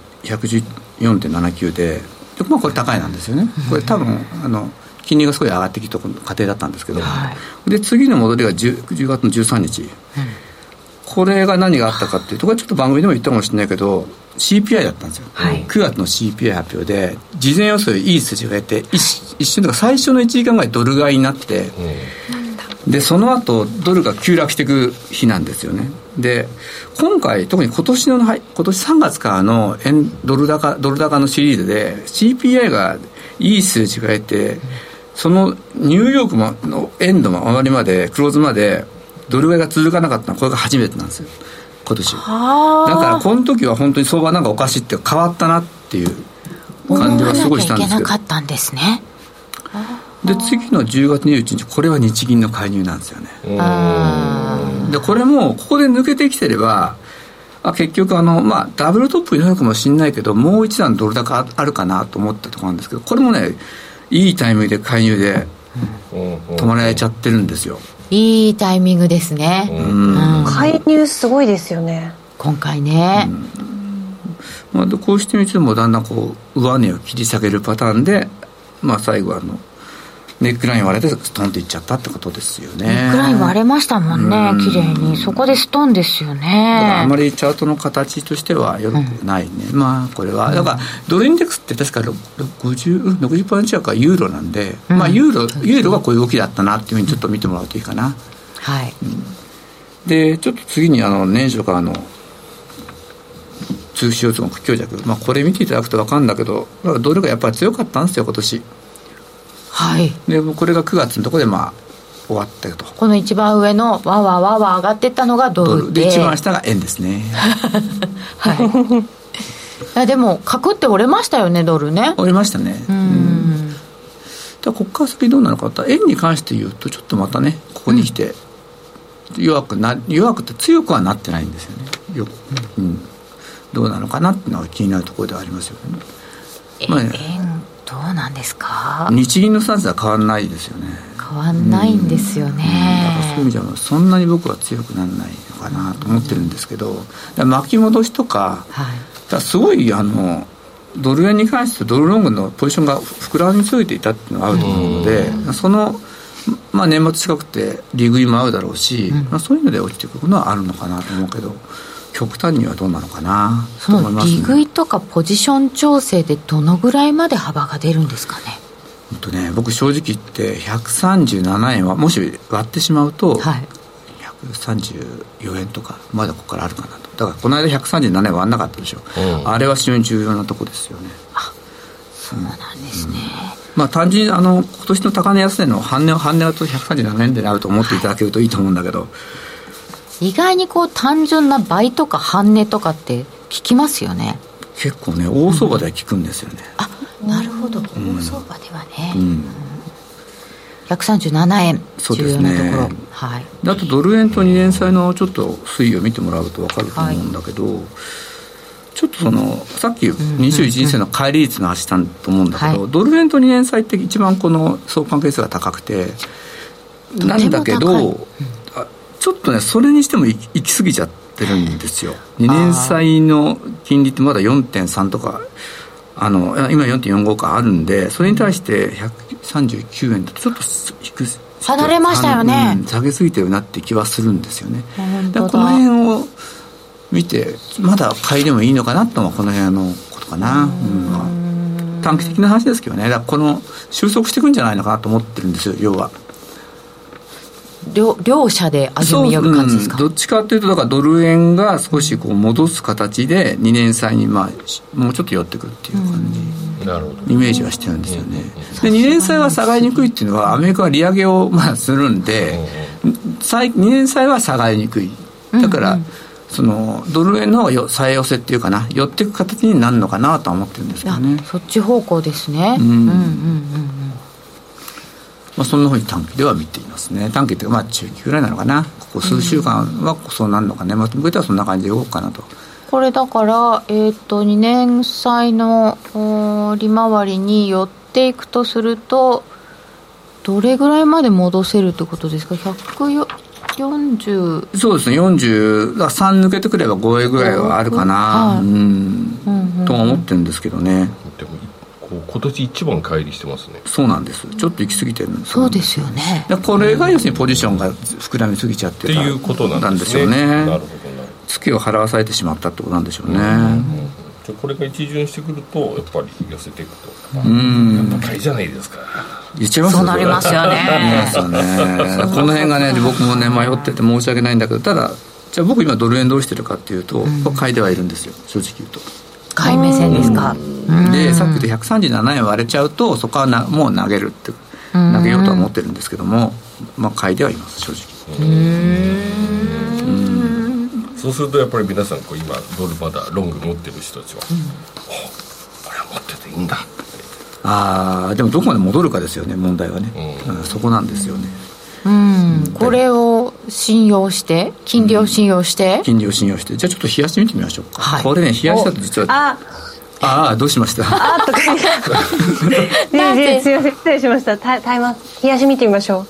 114.79 で、これ高値なんですよね。これ多分金利が少し上がってきた過程だったんですけど、で次の戻りが 10月の13日、これが何があったかっていうと、これちょっと番組でも言ったかもしれないけど CPI だったんですよ、9月の CPI 発表で事前予想よりいい数字が出て一瞬とか最初の1時間ぐらいドル買いになって、でその後ドルが急落していく日なんですよね。で今回特に今年3月からのドル高のシリーズで CPI がいい数字が出て、そのニューヨークのエンドの終わりまでクローズまでドル買いが続かなかったのはこれが初めてなんですよ今年。だからこの時は本当に相場なんかおかしいって変わったなっていう感じはすごいしたんですけど、 思わなきゃいけなかったんですね。 で次の10月21日これは日銀の介入なんですよね。でこれもここで抜けてきてれば結局ダブルトップになるかもしれないけどもう一段ドル高あるかなと思ったところなんですけど、これもねいいタイミングで介入で止まられちゃってるんですよ。 いいタイミングですね、 介入すごいですよね今回ね、 でこうしてみてもだんだんこう上値を切り下げるパターンで、最後はネックライン割れてストンといっちゃったってことですよね。 ネックライン割れましたもんね、綺麗に。そこでストンですよね。 だからあまりチャートの形としてはよくないね、これはだからドルインデックスって確か 60% 近くはユーロなんで、ユーロがこういう動きだったなっていうふうにちょっと見てもらうといいかな。でちょっと次に年初からの通貨強弱、これ見ていただくと分かるんだけど、ドルがやっぱり強かったんですよ今年。でこれが9月のところで終わったよと。 この一番上のわわ上がってったのがドルで、 一番下が円ですねでもカクって折れましたよねドルね。 折れましたね。ここから先どうなのかと、円に関して言うとちょっとまたねここに来て、弱くて強くはなってないんですよね。どうなのかなっていうのが気になるところではありますよね。 円どうなんですか。 日銀のスタンスは変わらないですよね。 変わんないんですよね、 だからそういう意味ではそんなに僕は強くならないのかなと思ってるんですけど、巻き戻しとか、だすごいドル円に関してドルロングのポジションが膨らみ続いていたっていうのがあると思うので、その、年末近くて利食いも合うだろうし、そういうので落ちてくるのはあるのかなと思うけど、極端にはどうなのかなと思いますね。 利食いとかポジション調整でどのぐらいまで幅が出るんですかね。 僕正直言って137円はもし割ってしまうと、134円とかまだここからあるかなと。だからこの間137円割らなかったでしょ、あれは非常に重要なとこですよね。 そうなんですね、 単純に今年の高値安値の半値はと137円であると思っていただけるといいと思うんだけど、 意外に単純な倍とか半値とかって聞きますよね。 結構ね大相場では聞くんですよね、 なるほど、大相場ではね、137円重要なところ、 であとドル円と2年債のちょっと推移を見てもらうと分かると思うんだけど、ちょっとさっき21日線の乖離率の話したと思うんだけど、ドル円と2年債って一番この相関係数が高くてなんだけど、ちょっとねそれにしても行き過ぎちゃってるんですよ。2年債の金利ってまだ 4.3 とか今 4.45 かあるんで、それに対して139円だとちょっと離れましたよね、 下げすぎてるなって気はするんですよね。だからこの辺を見てまだ買いでもいいのかなとはこの辺のことかな、短期的な話ですけどね。だからこの収束していくんじゃないのかなと思ってるんですよ。要は両者で歩み寄る感じですか。 どっちかというとだからドル円が少し戻す形で2年債にもうちょっと寄ってくるっていう感じ、イメージはしてるんですよね。で2年債は下がりにくいっていうのはアメリカは利上げをするんで、2年債は下がりにくい。だからドル円の方が再寄せっていうかな、寄っていく形になるのかなとは思ってるんですけどね。 そっち方向ですね。 そんなふうに短期では見ていますね。短期っていうか中期ぐらいなのかな。ここ数週間はそうなるのかね。向けてはそんな感じで動くかなと。 これだから2年債の利回りに寄っていくとするとどれぐらいまで戻せるってことですか。140。 そうですね。40だ3抜けてくれば5円ぐらいはあるかな、と思ってるんですけどね。 でも今年一番乖離してますね。 そうなんです。ちょっと行き過ぎてるんですよね。 そうですよね。 これが要するにポジションが膨らみすぎちゃってたっていうことなんですね。 よね。 なるほど。 月を払わされてしまったってことなんでしょうね。 これが一巡してくるとやっぱり寄せていくとやっぱ買いじゃないですか。 言っちゃいますよ。 そうなりますよね。 この辺がね僕もね迷ってて申し訳ないんだけど、ただじゃあ僕今ドル円どうしてるかっていうと、買いではいるんですよ、正直言うと。 買い目線ですか。 でさっき言った137円割れちゃうとそこはもう投げるって投げようとは思ってるんですけども、買いではいます正直。 そうするとやっぱり皆さん今ドルまだロング持ってる人たちは、あれは持ってていいんだって。 でもどこまで戻るかですよね、問題はね、そこなんですよね。 これを信用して金利を信用して、 じゃあちょっと冷やしてみてみましょうか、これね冷やしたと実はどうしましたとかすいません失礼しました。タイマー冷やし見てみましょう。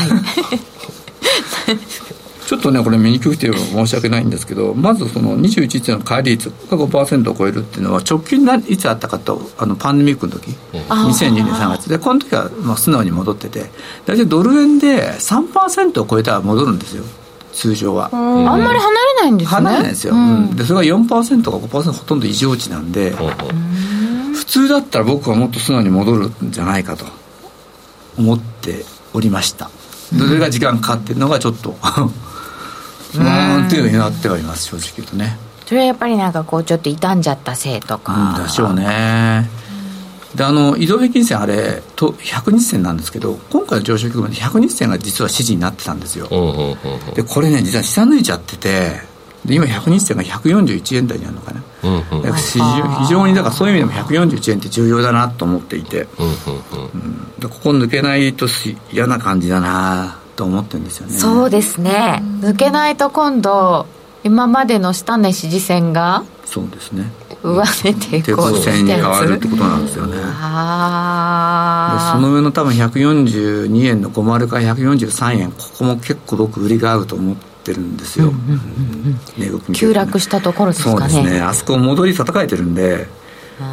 ちょっとねこれ見にくくて申し訳ないんですけど、まずその21日の乖離率が 5% を超えるっていうのは直近いつあったかとパンデミックの時、2002年3月でこの時は素直に戻ってて、大体ドル円で 3% を超えたら戻るんですよ通常は。 あんまり離れないんですね。 離れないんですよ、でそれが 4% か 5% ほとんど異常値なんで、普通だったら僕はもっと素直に戻るんじゃないかと思っておりました。どれが時間かかってるのがちょっとっていうようになってはいます、正直言うとね。 それはやっぱりちょっと傷んじゃったせいとか、 でしょうね。で移動平均線あれと100日線なんですけど、今回の上昇局面で100日線が実は支持になってたんですよ。でこれね実は下抜いちゃってて、で今100日線が141円台にあるのかな、非常にだからそういう意味でも141円って重要だなと思っていて、でここ抜けないと嫌な感じだなと思ってるんですよね。 そうですね、抜けないと今度今までの下値支持線がそうですね上値抵抗線に変わるってことなんですよね。でその上の多分142円の50から143円、ここも結構僕売りがあると思ってるんですよ。 急落したところですかね。 そうですね、あそこ戻り叩かれてるんで、だ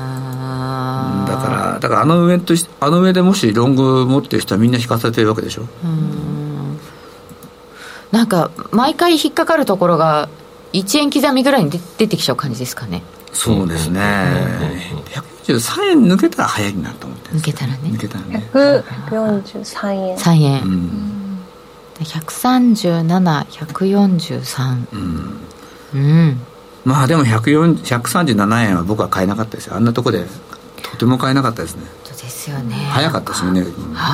からあの上でもしロング持ってる人はみんな引かされてるわけでしょ。 なんか毎回引っかかるところが1円刻みぐらいに出てきちゃう感じですかね。 そうですね、143円抜けたら早いなと思ってるんです。 抜けたらね 143円 3円、137、143、 まあでも137円は僕は買えなかったですよ。あんなとこでとても買えなかったですね。 そうですよね。 早かったしね、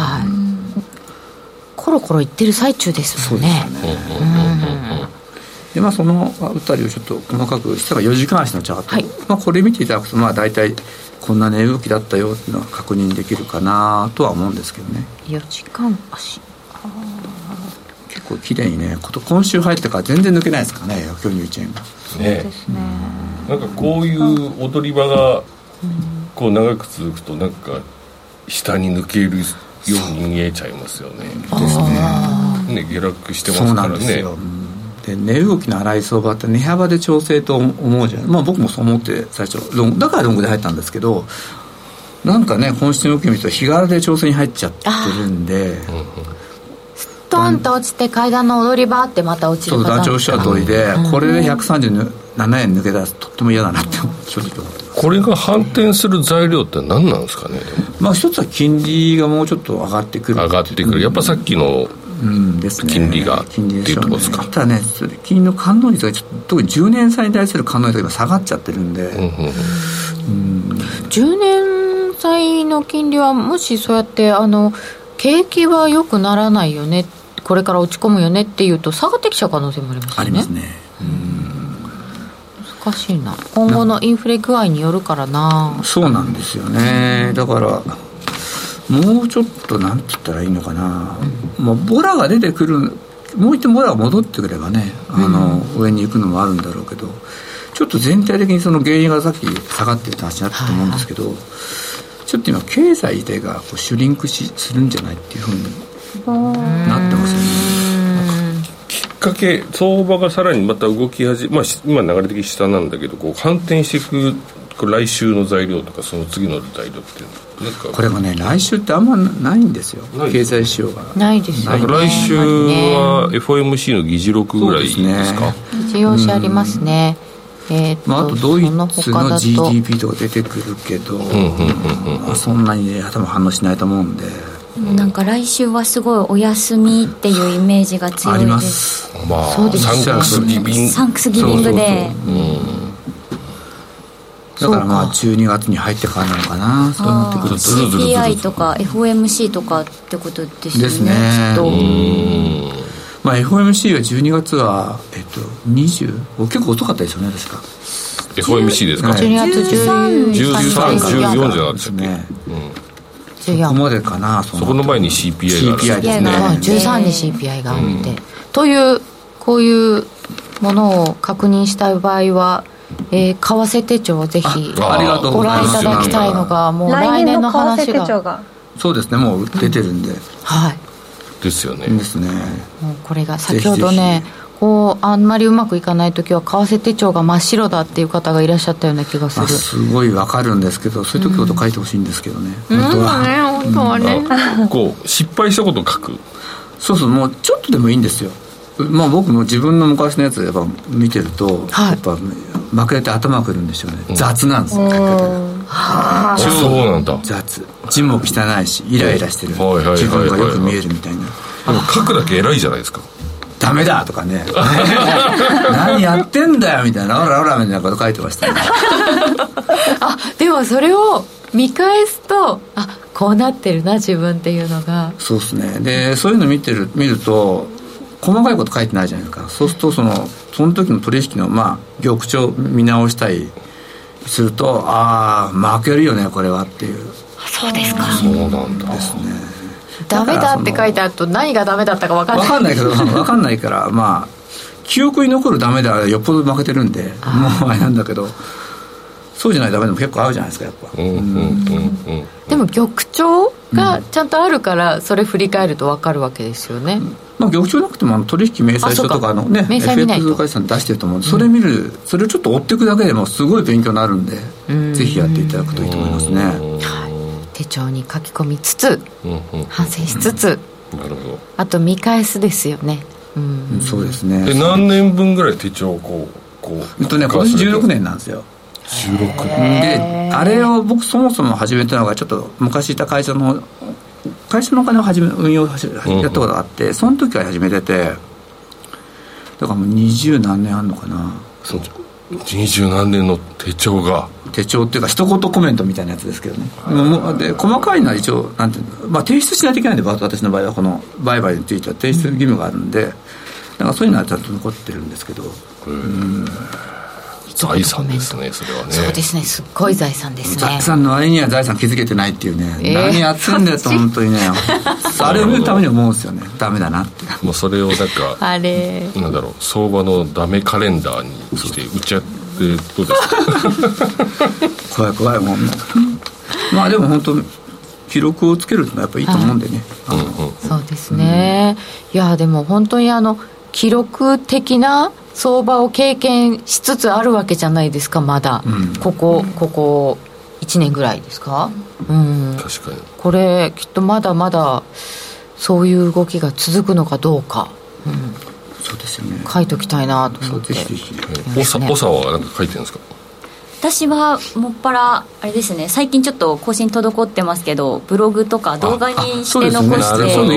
コロコロいってる最中ですもんね。 そうですよね。でまあ、そのあたりをちょっと細かくしたら4時間足のチャート、まあ、これ見ていただくとまあ大体こんな値動きだったよっていうのは確認できるかなとは思うんですけどね。 4時間足結構綺麗にね、今週入ってから全然抜けないですからね、141円が。 そうですね。なんかこういう踊り場がこう長く続くとなんか下に抜けるように見えちゃいますよね。 ですね。 下落してますからね。そうなんですよ。 で値動きの荒い相場って値幅で調整と思うじゃない。まあ僕もそう思って最初だからロングで入ったんですけど、なんかね今週の動きを見ると日柄で調整に入っちゃってるんで、 ストンと落ちて階段の踊り場ってまた落ちるパターン。 そう、団長おっしゃる通りで、これで137円抜け出すとっても嫌だなって正直思ってます。 これが反転する材料って何なんですかね。 まあ一つは金利がもうちょっと上がってくる。 やっぱさっきのですね、 金利がっていうところですか。 ただね、金利の感動率が特に10年債に対する感動率が今下がっちゃってるんで、 10年債の金利はもしそうやって景気は良くならないよね、これから落ち込むよねっていうと下がってきちゃう可能性もありますよね。 ありますね。 難しいな。今後のインフレ具合によるからな。 そうなんですよね。だからもうちょっとなんて言ったらいいのかな、まあ、ボラが出てくる、もう一度ボラが戻ってくればね、上に行くのもあるんだろうけど、ちょっと全体的にその原因がさっき下がってるって話になったと思うんですけど、ちょっと今経済自体がシュリンクするんじゃないっていうふうになってますよね。 きっかけ、相場がさらにまた動き始め、まあ、今流れ的に下なんだけど、反転していく来週の材料とかその次の材料ってなんかこれがね、来週ってあんまないんですよ。経済指標がないですよね。 来週は FOMC の議事録ぐらいですか。 議事要旨ありますね。 まあ、あとドイツの GDP とか出てくるけど、そんなに、ね、頭反応しないと思うんで、 なんか来週はすごいお休みっていうイメージが強いです。あります。 まあ、 そうですね。 サンクスギビングで、 だからまあ12月に入ってからなのかな。そうなってくると CPI とか FOMC とかってことですよね。 ですね。まあ FOMC は12月は20結構遅かったですよね、確か。 FOMC ですか。 12月13、 14じゃなかったですね。 そこまでかな。 そこの前に CPI がある。 CPI ですね。 13に CPI があって、というこういうものを確認したい場合は。為替手帳をぜひご覧いただきたいのが、もう来年の話がそうですね、もう出てるんで、 はいですよね。 ですね。 もうこれが先ほどね、こうあんまりうまくいかないときは為替手帳が真っ白だっていう方がいらっしゃったような気がする。 すごいわかるんですけど、そういう時ほど書いてほしいんですけどね。 本当はね。 こう失敗したことを書く。 そうそう、もうちょっとでもいいんですよ。まあ僕も自分の昔のやつやっぱ見てると、やっぱ負けて頭くるんでしょうね。雑なんですよ、書き方。 そうなんだ。 雑。字も汚いし、イライラしてる。自分がよく見えるみたいな。 でも書くだけ偉いじゃないですか。 ダメだとかね。何やってんだよみたいな、オラオラみたいなこと書いてましたね。 でもそれを見返すと、こうなってるな自分っていうのが。 そうですね。でそういうの見ると細かいこと書いてないじゃないですか。そうするとその時の取引の玉調見直したりすると、負けるよねこれはっていう。 そうですか。 そうなんだ。 ですね。 ダメだって書いてあると何がダメだったか分かんないけど分かんないから記憶に残るダメだよっぽど負けてるんで、もうあれなんだけど、 そうじゃないとダメでも結構合うじゃないですかやっぱ、 でも玉長がちゃんとあるからそれ振り返ると分かるわけですよね、 まあ、玉長なくても取引明細書とかね FX 会社さん出してると思うんで、それ見る、それをちょっと追っていくだけでもすごい勉強になるんで、ぜひやっていただくといいと思いますね、 手帳に書き込みつつ、反省しつつ、 なるほど。 あと見返すですよね、 そうですね。 何年分ぐらい手帳をこう今年16年なんですよ。 16 年で、あれを僕そもそも始めたのがちょっと昔いた会社のお金を運用やったことがあって、その時から始めてて、だからもう20何年あんのかな。 そう20何年の手帳っていうか一言コメントみたいなやつですけどね。で細かいのは一応なんていうの、まあ、提出しないといけないんで、私の場合はこの売買については提出義務があるんで、だからそういうのはちゃんと残ってるんですけど、 財産ですね、それはね。 そうですね、すっごい財産ですね。 財産の割には財産気づけてないっていうね、何やってんだよと本当にねあれを見るために思うんですよね、ダメだなって。 もうそれをなんかあれなんだろう、相場のダメカレンダーにして売っちゃってどうですか怖いもんまあでも本当記録をつけるのはやっぱりいいと思うんでね、 そうですね、いやでも本当に記録的な相場を経験しつつあるわけじゃないですか、まだ、ここ1年ぐらいですか、 確かにこれきっとまだまだそういう動きが続くのかどうか、 そうですよね、 書いときたいなと思って。 長は何か書いてるんですか？ 私はもっぱらあれですね、最近ちょっと更新滞ってますけど、ブログとか動画にして残して、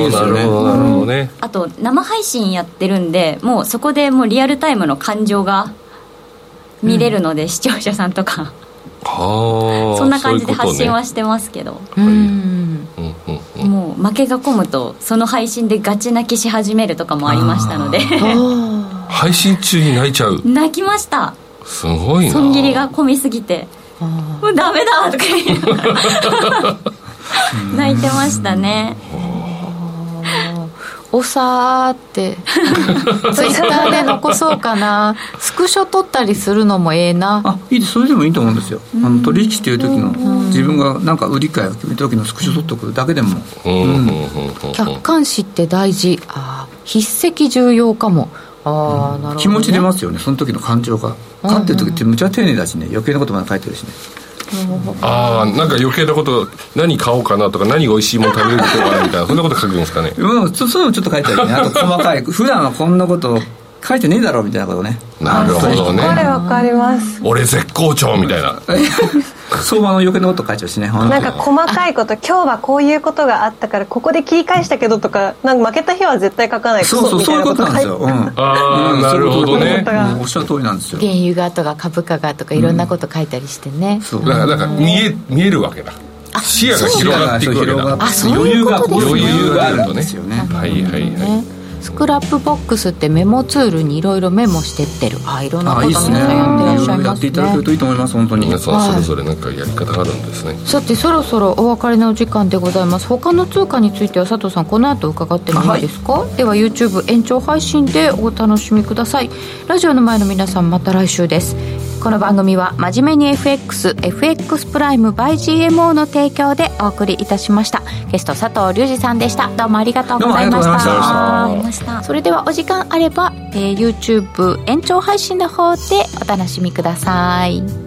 なるほどね。 あと生配信やってるんで、もうそこでもうリアルタイムの感情が見れるので、視聴者さんとかそんな感じで発信はしてますけど、もう負けが込むとその配信でガチ泣きし始めるとかもありましたので配信中に泣いちゃう？ 泣きました。 すごいな。 損切りが込みすぎてもうダメだとか言いながら泣いてましたね。 おさーってツイッターで残そうかな。スクショ撮ったりするのもええな。 いいです、それでもいいと思うんですよ。取引している時の自分がなんか売り買いを決めた時のスクショ撮っておくだけでも、 客観視って大事。筆跡重要かも。なるほどね、 気持ち出ますよね、その時の感情が。買ってる時ってむちゃ丁寧だしね、余計なことまで書いてるしね。 なんか余計なこと、何買おうかなとか、何美味しいもの食べれるかなみたいな、そんなこと書くんですかね。 そういうのちょっと書いてあるね。あと細かい普段はこんなこと書いてねえだろみたいなことね。 なるほどね。 これわかります。 俺絶好調みたいな相場の余計なこと書いちゃうしね。 なんか細かいこと、今日はこういうことがあったからここで切り返したけどとか、なんか負けた日は絶対書かない。 そういうことなんですよ。 なるほどね。 おっしゃる通りなんですよ。 原油がとか株価がとかいろんなこと書いたりしてね。 だから見えるわけだ。視野が広がっていくわけだ。 そういうことですね。 余裕があるんですよね。 スクラップボックスってメモツールにいろいろメモしてってる。いろんなこと皆さんやってらっしゃいますね。 やっていただけるといいと思います。本当に皆さんそれぞれなんかやり方があるんですね。 さてそろそろお別れのお時間でございます。他の通貨については佐藤さんこの後伺ってもいいですか？では YouTube 延長配信でお楽しみください。ラジオの前の皆さんまた来週です。この番組は真面目に FX プライム by GMO の提供でお送りいたしました。ゲスト佐藤隆二さんでした。どうもありがとうございました。それではお時間あれば、YouTube 延長配信の方でお楽しみください。